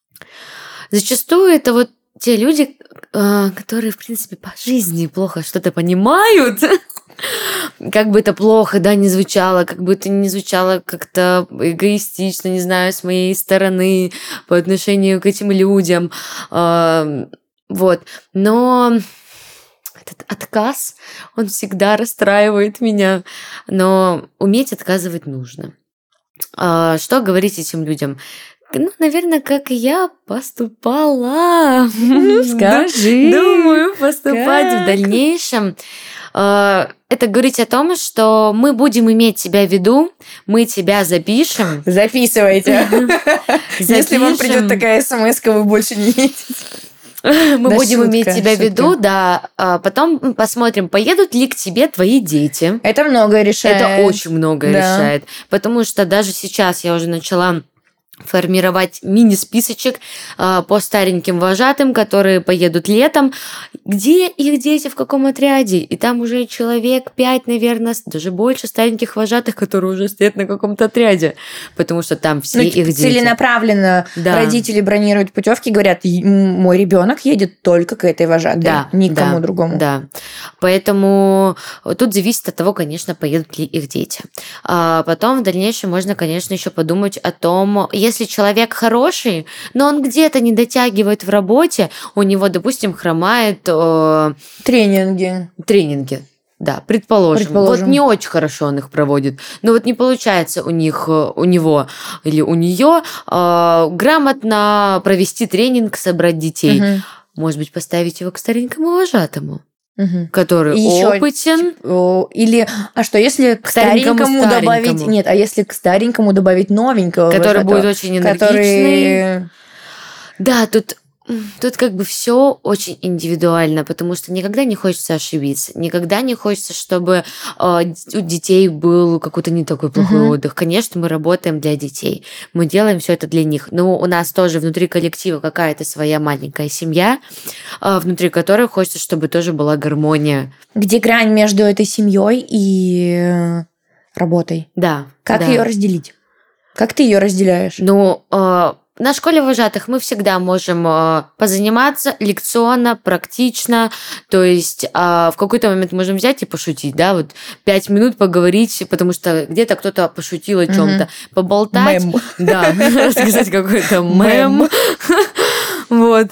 Зачастую это вот те люди, которые, в принципе, по жизни плохо что-то понимают, как бы это плохо, да, не звучало, как бы это не звучало как-то эгоистично, не знаю, с моей стороны по отношению к этим людям. Вот. Но этот отказ, он всегда расстраивает меня. Но уметь отказывать нужно. Что говорить этим людям? Ну, наверное, как и я поступала. Скажи. Думаю, поступать в дальнейшем. Это говорить о том, что мы будем иметь тебя в виду, мы тебя запишем. Записывайте. Если вам придет такая смс-ка, вы больше не едете. Мы будем иметь тебя в виду, да. Потом посмотрим, поедут ли к тебе твои дети. Это многое решает. Это очень многое решает. Потому что даже сейчас я уже начала формировать мини-списочек по стареньким вожатым, которые поедут летом. Где их дети, в каком отряде? И там уже человек 5, наверное, даже больше стареньких вожатых, которые уже стоят на каком-то отряде. Потому что там все их дети. Целенаправленно родители бронируют путевки, говорят, мой ребенок едет только к этой вожатой, никому другому. Да. Поэтому тут зависит от того, конечно, поедут ли их дети. А потом в дальнейшем можно, конечно, еще подумать о том, если человек хороший, но он где-то не дотягивает в работе, у него, допустим, хромает... Тренинги. Да, предположим. Вот не очень хорошо он их проводит. Но вот не получается у него или у нее грамотно провести тренинг, собрать детей. Может быть, поставить его к старенькому вожатому, который опытен. Или, а что, если к старенькому добавить... Нет, а если к старенькому добавить новенького который будет очень энергичный. Да, Тут как бы все очень индивидуально, потому что никогда не хочется ошибиться, никогда не хочется, чтобы у детей был какой-то не такой плохой отдых. Конечно, мы работаем для детей, мы делаем все это для них, но у нас тоже внутри коллектива какая-то своя маленькая семья, внутри которой хочется, чтобы тоже была гармония. Где грань между этой семьей и работой? Да. Как ее разделить? Как ты ее разделяешь? На школе вожатых мы всегда можем позаниматься лекционно, практично, то есть в какой-то момент можем взять и пошутить, да, вот 5 минут поговорить, потому что где-то кто-то пошутил о чем-то, поболтать. Мем. Да, рассказать какой-то мем. Вот.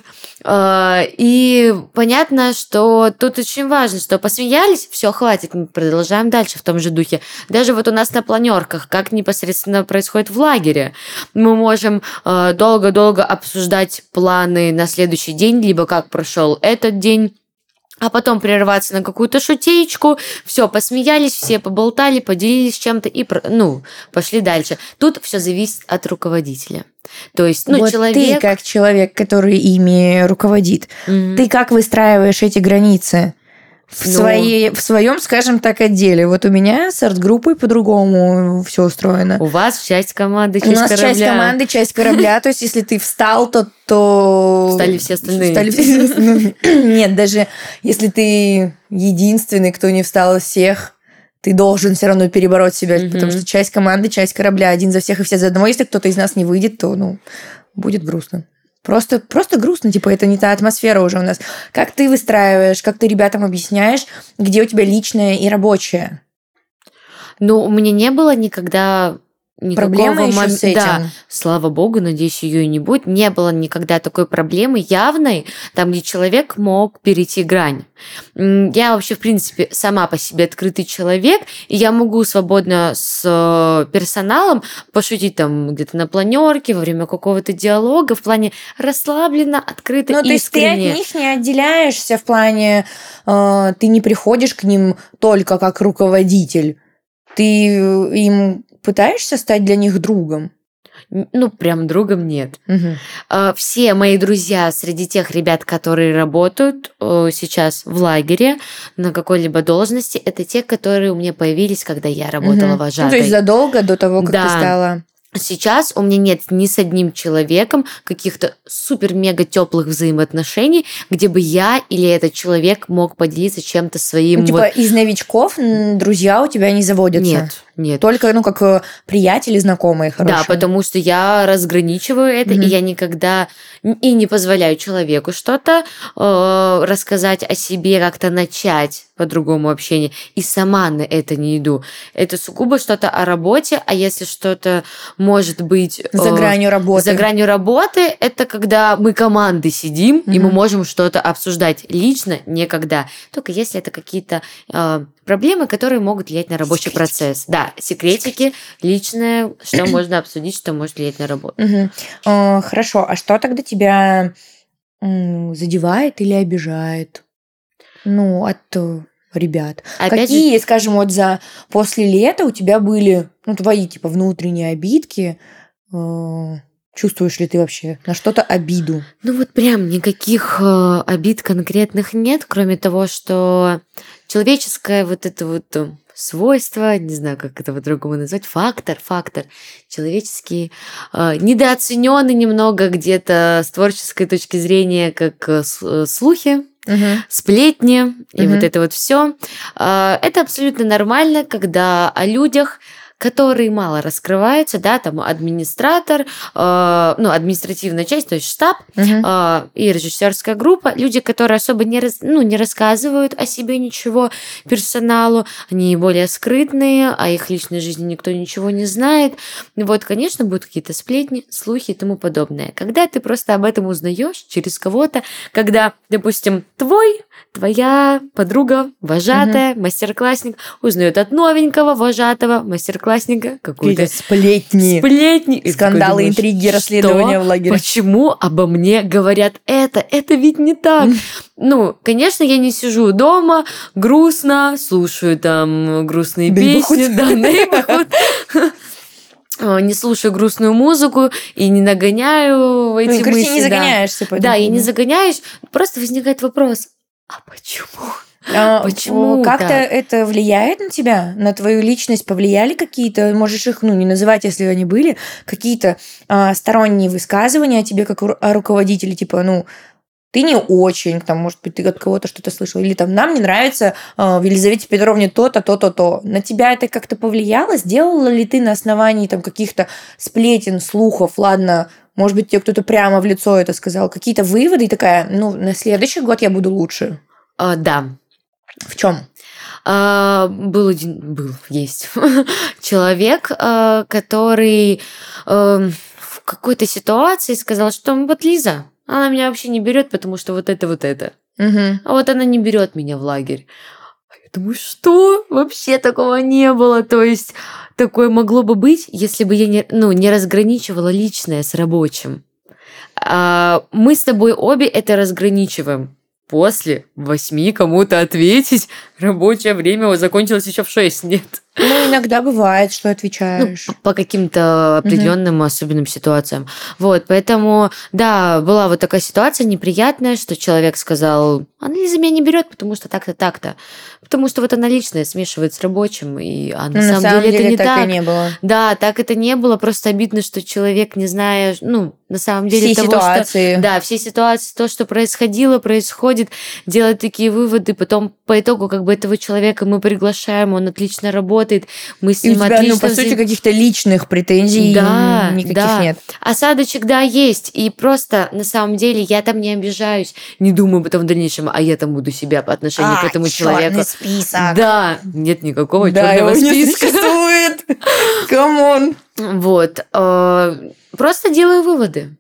И понятно, что тут очень важно, что посмеялись, все, хватит, мы продолжаем дальше в том же духе. Даже вот у нас на планерках, как непосредственно происходит в лагере, мы можем долго-долго обсуждать планы на следующий день, либо как прошел этот день, а потом прерваться на какую-то шутеечку, все, посмеялись, все поболтали, поделились чем-то и пошли дальше. Тут все зависит от руководителя. То есть, вот человек... ты как человек, который ими руководит, ты как выстраиваешь эти границы в своем, скажем так, отделе? Вот у меня с арт-группой по-другому все устроено. У вас часть команды, часть корабля. У нас часть команды, часть корабля. То есть, если ты встал, то... Встали все остальные. Нет, даже если ты единственный, кто не встал из всех, ты должен все равно перебороть себя, потому что часть команды, часть корабля, один за всех и все за одного. Если кто-то из нас не выйдет, то, будет грустно. Просто грустно, это не та атмосфера уже у нас. Как ты выстраиваешь, как ты ребятам объясняешь, где у тебя личное и рабочее? У меня не было никогда... Проблема еще с этим. Да, слава богу, надеюсь, ее и не будет. Не было никогда такой проблемы явной, там, где человек мог перейти грань. Я вообще, в принципе, сама по себе открытый человек, и я могу свободно с персоналом пошутить там где-то на планерке, во время какого-то диалога, в плане расслабленно, открыто, искренне. То есть ты от них не отделяешься в плане, ты не приходишь к ним только как руководитель, ты им пытаешься стать для них другом? Прям другом нет. Все мои друзья среди тех ребят, которые работают сейчас в лагере на какой-либо должности, это те, которые у меня появились, когда я работала вожатой. То есть задолго до того, как ты стала... Сейчас у меня нет ни с одним человеком каких-то супер-мега теплых взаимоотношений, где бы я или этот человек мог поделиться чем-то своим. Из новичков друзья у тебя не заводятся? Нет. Только, как приятели, знакомые хорошие. Да, потому что я разграничиваю это, и я никогда и не позволяю человеку что-то рассказать о себе, как-то начать по-другому общение, и сама на это не иду. Это сугубо что-то о работе, а если что-то может быть... За гранью работы. За гранью работы, это когда мы командой сидим, и мы можем что-то обсуждать лично, никогда. Только если это какие-то проблемы, которые могут влиять на рабочий процесс. Да, секретики, личное, что можно обсудить, что может влиять на работу. Хорошо, а что тогда тебя задевает или обижает? От ребят. Какие, скажем, после лета у тебя были, твои, внутренние обидки? Чувствуешь ли ты вообще на что-то обиду? Прям никаких обид конкретных нет, кроме того, что человеческое свойство, не знаю, как это по-другому назвать, фактор человеческий, недооцененный немного где-то с творческой точки зрения, как слухи, сплетни и это все. Это абсолютно нормально, когда о людях которые мало раскрываются, да, там администратор, административная часть, то есть штаб и режиссерская группа, люди, которые особо не рассказывают о себе ничего персоналу, они более скрытные, о их личной жизни никто ничего не знает. Вот, конечно, будут какие-то сплетни, слухи и тому подобное. Когда ты просто об этом узнаешь через кого-то, когда, допустим, твоя подруга, вожатая, мастер-классник, узнает от новенького вожатого мастер-классника какую-то сплетни, скандалы, интриги, расследования в лагере. Почему обо мне говорят это? Это ведь не так. Ну, конечно, я не сижу дома, грустно, слушаю там грустные песни, да, Нейбахут. Не слушаю грустную музыку и не нагоняю эти мысли. Ты не загоняешься. Да, я не загоняюсь. Просто возникает вопрос, а почему? Почему? Как-то это влияет на тебя, на твою личность? Повлияли какие-то, можешь их не называть, если они были, какие-то сторонние высказывания о тебе как о руководителе, типа, ты не очень, там, может быть, ты от кого-то что-то слышал, или там, нам не нравится в Елизавете Петровне то-то, то-то, то. На тебя это как-то повлияло? Сделала ли ты на основании там каких-то сплетен, слухов, ладно, может быть, тебе кто-то прямо в лицо это сказал, какие-то выводы, и такая, на следующий год я буду лучше? Да. В чем? Есть человек, который в какой-то ситуации сказал, что вот Лиза, она меня вообще не берет, потому что вот это. А вот она не берет меня в лагерь. Я думаю, что? Вообще такого не было. То есть такое могло бы быть, если бы я не разграничивала личное с рабочим. Мы с тобой обе это разграничиваем. После 8 кому-то ответить, рабочее время закончилось еще в 6, нет. Иногда бывает, что отвечаешь. По каким-то определенным особенным ситуациям. Вот, поэтому, да, была вот такая ситуация неприятная, что человек сказал, она Лиза меня не берет, потому что так-то, так-то. Потому что вот она личная смешивает с рабочим, на самом деле это не так. И не было. Да, так это не было, просто обидно, что человек, не зная, на самом деле все ситуации. Да, все ситуации, то, что происходит, делает такие выводы, потом по итогу этого человека мы приглашаем, он отлично работает, мы с ним отлично... по сути, каких-то личных претензий никаких нет. Осадочек, да, есть, и просто, на самом деле, я там не обижаюсь, не думаю потом в дальнейшем, а я там буду себя по отношению к этому человеку. Список. Да, нет никакого черного списка. Не существует. Камон. Вот. Просто делаю выводы.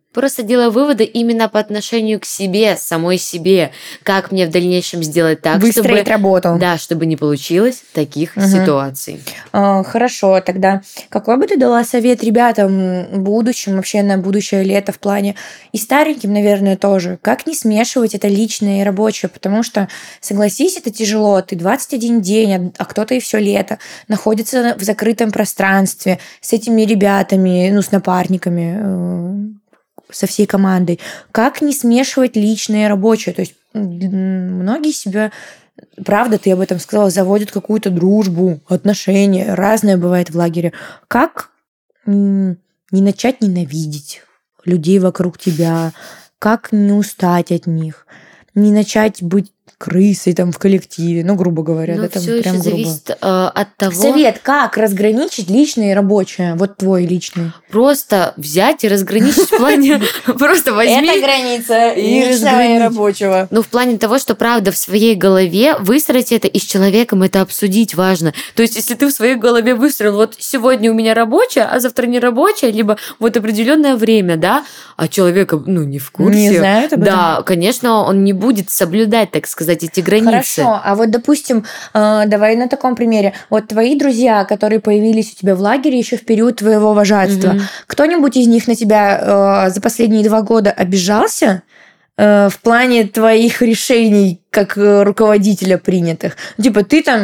Именно по отношению к себе, самой себе. Как мне в дальнейшем сделать так, выстроить работу. Да, чтобы не получилось таких ситуаций. Хорошо, тогда какой бы ты дала совет ребятам будущим, вообще на будущее лето в плане и стареньким, наверное, тоже? Как не смешивать это личное и рабочее? Потому что, согласись, это тяжело. Ты 21 день, а кто-то и все лето находится в закрытом пространстве с этими ребятами, с напарниками, со всей командой. Как не смешивать личное и рабочее? То есть многие себя, правда, ты об этом сказала, заводят какую-то дружбу, отношения. Разное бывает в лагере. Как не начать ненавидеть людей вокруг тебя? Как не устать от них? Не начать быть крысой там в коллективе, грубо говоря, да, там всё прям ещё грубо. зависит от того... Совет, как разграничить личное и рабочее? Вот твой личный. Просто взять и разграничить в плане... Просто возьми... Это граница личного и рабочего. В плане того, что, правда, в своей голове выстроить это и с человеком это обсудить важно. То есть, если ты в своей голове выстроил, вот сегодня у меня рабочее, а завтра не рабочее, либо вот определенное время, да, а человека, не в курсе. Не знает об этом. Да, конечно, он не будет соблюдать, так сказать, эти границы. Хорошо, а вот, допустим, давай на таком примере. Вот твои друзья, которые появились у тебя в лагере еще в период твоего вожатства, кто-нибудь из них на тебя за последние 2 года обижался в плане твоих решений как руководителя принятых? Типа ты там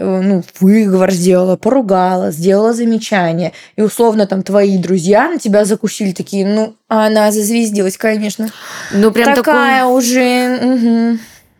выговор сделала, поругала, сделала замечание, и условно там твои друзья на тебя закусили такие, она зазвездилась, конечно. Прям такая уже...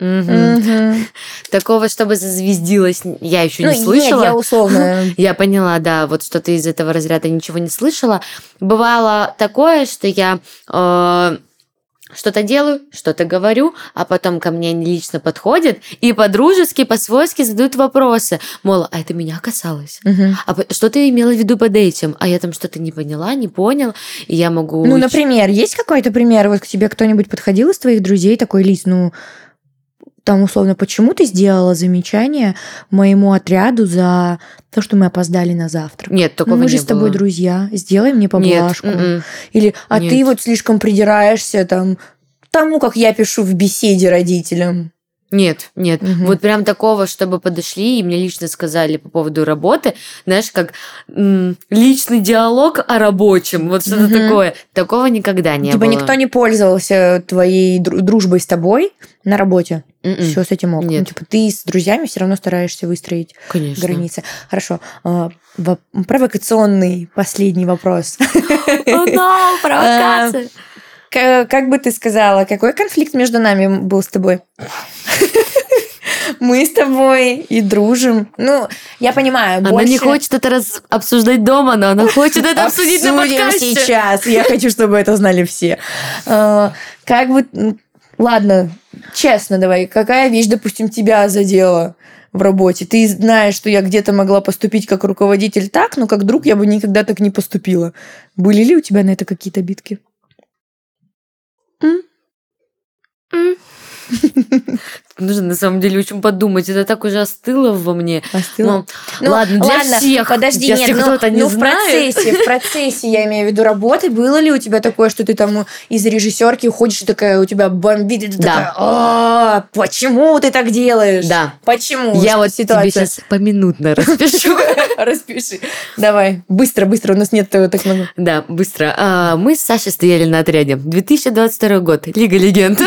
Такого, чтобы зазвездилась, я еще не слышала. Нет, я условно. Я поняла, да, вот что-то из этого разряда ничего не слышала. Бывало такое, что я что-то делаю, что-то говорю, а потом ко мне они лично подходят и по-дружески, по-свойски задают вопросы. Мол, а это меня касалось? А что ты имела в виду под этим? А я там что-то не поняла, не понял, и я могу... Ну, например, есть какой-то пример? Вот к тебе кто-нибудь подходил из твоих друзей, такой: Лиз, ну, там, условно, почему ты сделала замечание моему отряду за то, что мы опоздали на завтрак? Нет, такого не было. Мы же с тобой друзья, сделай мне поблажку. Нет. Или, Нет. ты вот слишком придираешься там тому, как я пишу в беседе родителям. Нет. Вот прям такого, чтобы подошли и мне лично сказали по поводу работы, знаешь, как личный диалог о рабочем, вот что-то такое. Такого никогда не было. Никто не пользовался твоей дружбой с тобой на работе? Все с этим ок. Нет. Ты с друзьями все равно стараешься выстроить границы. Хорошо. Провокационный последний вопрос. Провокация. Как бы ты сказала, какой конфликт между нами был с тобой? Мы с тобой и дружим. Ну, я понимаю, Она не хочет это обсуждать дома, но она хочет это обсудить на подкасте. Сейчас. Я хочу, чтобы это знали все. Ладно, честно давай. Какая вещь, допустим, тебя задела в работе? Ты знаешь, что я где-то могла поступить как руководитель так, но как друг я бы никогда так не поступила. Были ли у тебя на это какие-то битки? Нужно на самом деле очень подумать. Это так уже остыло во мне. Остыло? Ладно, для всех. Подожди, если кто-то не в процессе, я имею в виду, работы, было ли у тебя такое, что ты там из режиссерки уходишь, и такая у тебя бомбит, и ты такая: почему ты так делаешь? Да. Почему? Я вот тебе сейчас поминутно распишу. Распиши. Давай, быстро, у нас нет так много. Да, быстро. Мы с Сашей стояли на отряде. 2022 год. Лига легенд.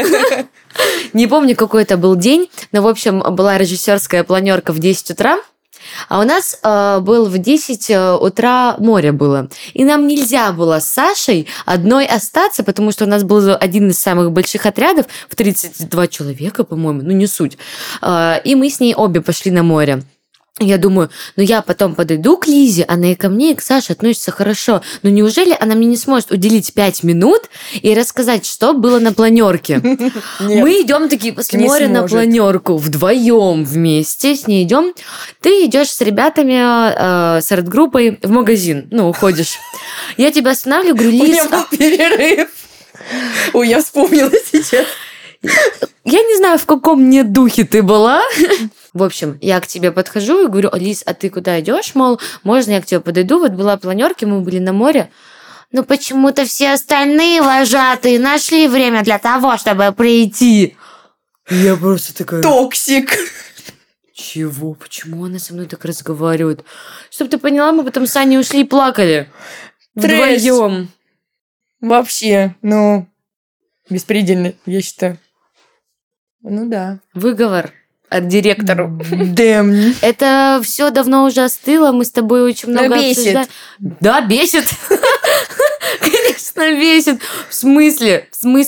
Не помню, какой это был день, но, в общем, была режиссерская планерка в 10 утра, а у нас был в 10 утра море было. И нам нельзя было с Сашей одной остаться, потому что у нас был один из самых больших отрядов, в 32 человека, по-моему, не суть. И мы с ней обе пошли на море. Я думаю, я потом подойду к Лизе, она и ко мне, и к Саше относится хорошо. Но неужели она мне не сможет уделить 5 минут и рассказать, что было на планерке? Мы идем такие после моря на планерку вдвоем вместе, с ней идем. Ты идешь с ребятами, с арт-группой в магазин, уходишь. Я тебя останавливаю, говорю: Лиз... У меня был перерыв. Ой, я вспомнила сейчас. Я не знаю, в каком мне духе ты была. В общем, я к тебе подхожу и говорю: Лиз, а ты куда идешь? Мол, можно я к тебе подойду? Вот была планерка, мы были на море. Но почему-то все остальные вожатые нашли время для того, чтобы прийти. Я просто такая... Токсик. Чего? Почему она со мной так разговаривает? Чтобы ты поняла, мы потом с Аней ушли и плакали. Вдвоем. Вообще, беспредельно, я считаю. Да. Выговор арт-директору. Дэм. Это все давно уже остыло, мы с тобой очень много обсуждали. Да, бесит. Конечно, бесит. В смысле?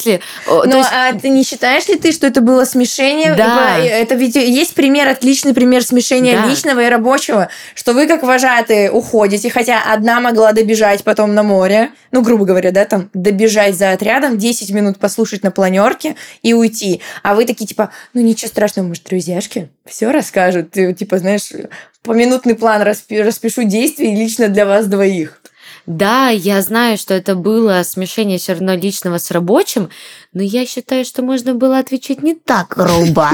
А ты не считаешь ли ты, что это было смешение? Да. Это ведь есть отличный пример смешения личного и рабочего, что вы как вожатые уходите, хотя одна могла добежать потом на море, грубо говоря, добежать за отрядом, 10 минут послушать на планерке и уйти. А вы такие, ничего страшного, может, друзьяшки все расскажут. Ты, знаешь, поминутный план распишу действий лично для вас двоих. Да, я знаю, что это было смешение все равно личного с рабочим, но я считаю, что можно было отвечать не так грубо.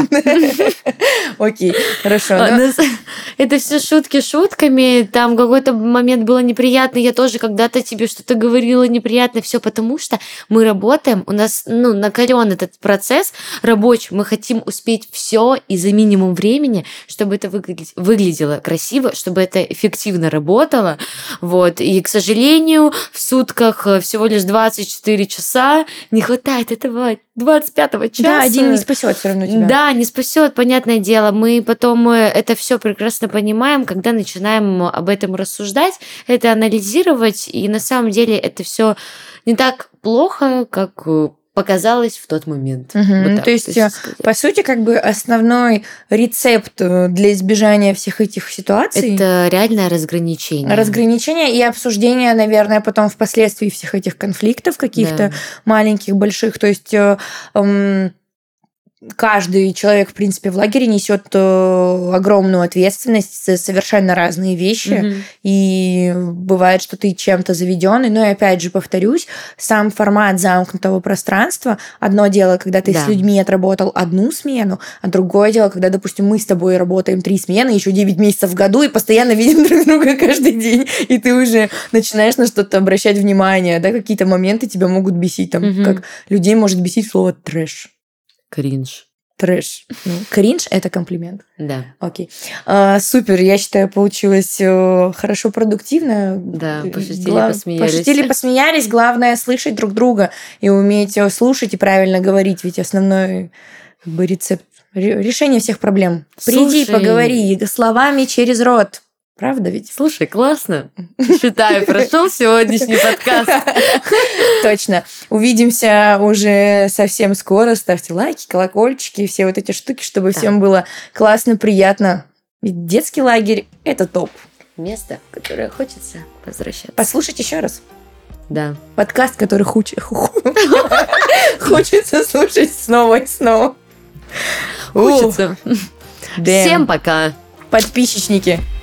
Окей, хорошо. Это все шутки шутками. Там какой-то момент было неприятно. Я тоже когда-то тебе что-то говорила неприятно. Все потому, что мы работаем. У нас накален этот процесс рабочий. Мы хотим успеть все и за минимум времени, чтобы это выглядело красиво, чтобы это эффективно работало. Вот. И, к сожалению, в сутках всего лишь 24 часа. Не хватает этого 25-го часа. Да, один не спасет все равно тебя. Да, не спасет, понятное дело. Мы потом это все прекрасно понимаем, когда начинаем об этом рассуждать, это анализировать, и на самом деле это все не так плохо, как показалось в тот момент. То есть, по сути, как бы основной рецепт для избежания всех этих ситуаций... Это реальное разграничение. Разграничение и обсуждение, наверное, потом впоследствии всех этих конфликтов каких-то маленьких, больших. То есть... Каждый человек, в принципе, в лагере несет огромную ответственность за совершенно разные вещи. И бывает, что ты чем-то заведенный. Но и опять же, повторюсь, сам формат замкнутого пространства. Одно дело, когда ты с людьми отработал одну смену, а другое дело, когда, допустим, мы с тобой работаем 3 смены, еще 9 месяцев в году, и постоянно видим друг друга каждый день. И ты уже начинаешь на что-то обращать внимание. Да? Какие-то моменты тебя могут бесить. Там, как людей может бесить слово «трэш». Кринж. Трэш. Кринж – это комплимент. Да. Окей. Супер, я считаю, получилось хорошо, продуктивно. Да, посмеялись. Пошутили, посмеялись. Главное – слышать друг друга и уметь слушать и правильно говорить. Ведь основной рецепт решения всех проблем. Приди, поговори словами через рот. Правда ведь? Слушай, классно. Считаю, прошел сегодняшний подкаст. Точно. Увидимся уже совсем скоро. Ставьте лайки, колокольчики, все вот эти штуки, чтобы всем было классно, приятно. Ведь детский лагерь – это топ. Место, в которое хочется возвращаться. Послушать еще раз. Да. Подкаст, который хочется слушать снова и снова. Хочется. Всем пока. Подписчики.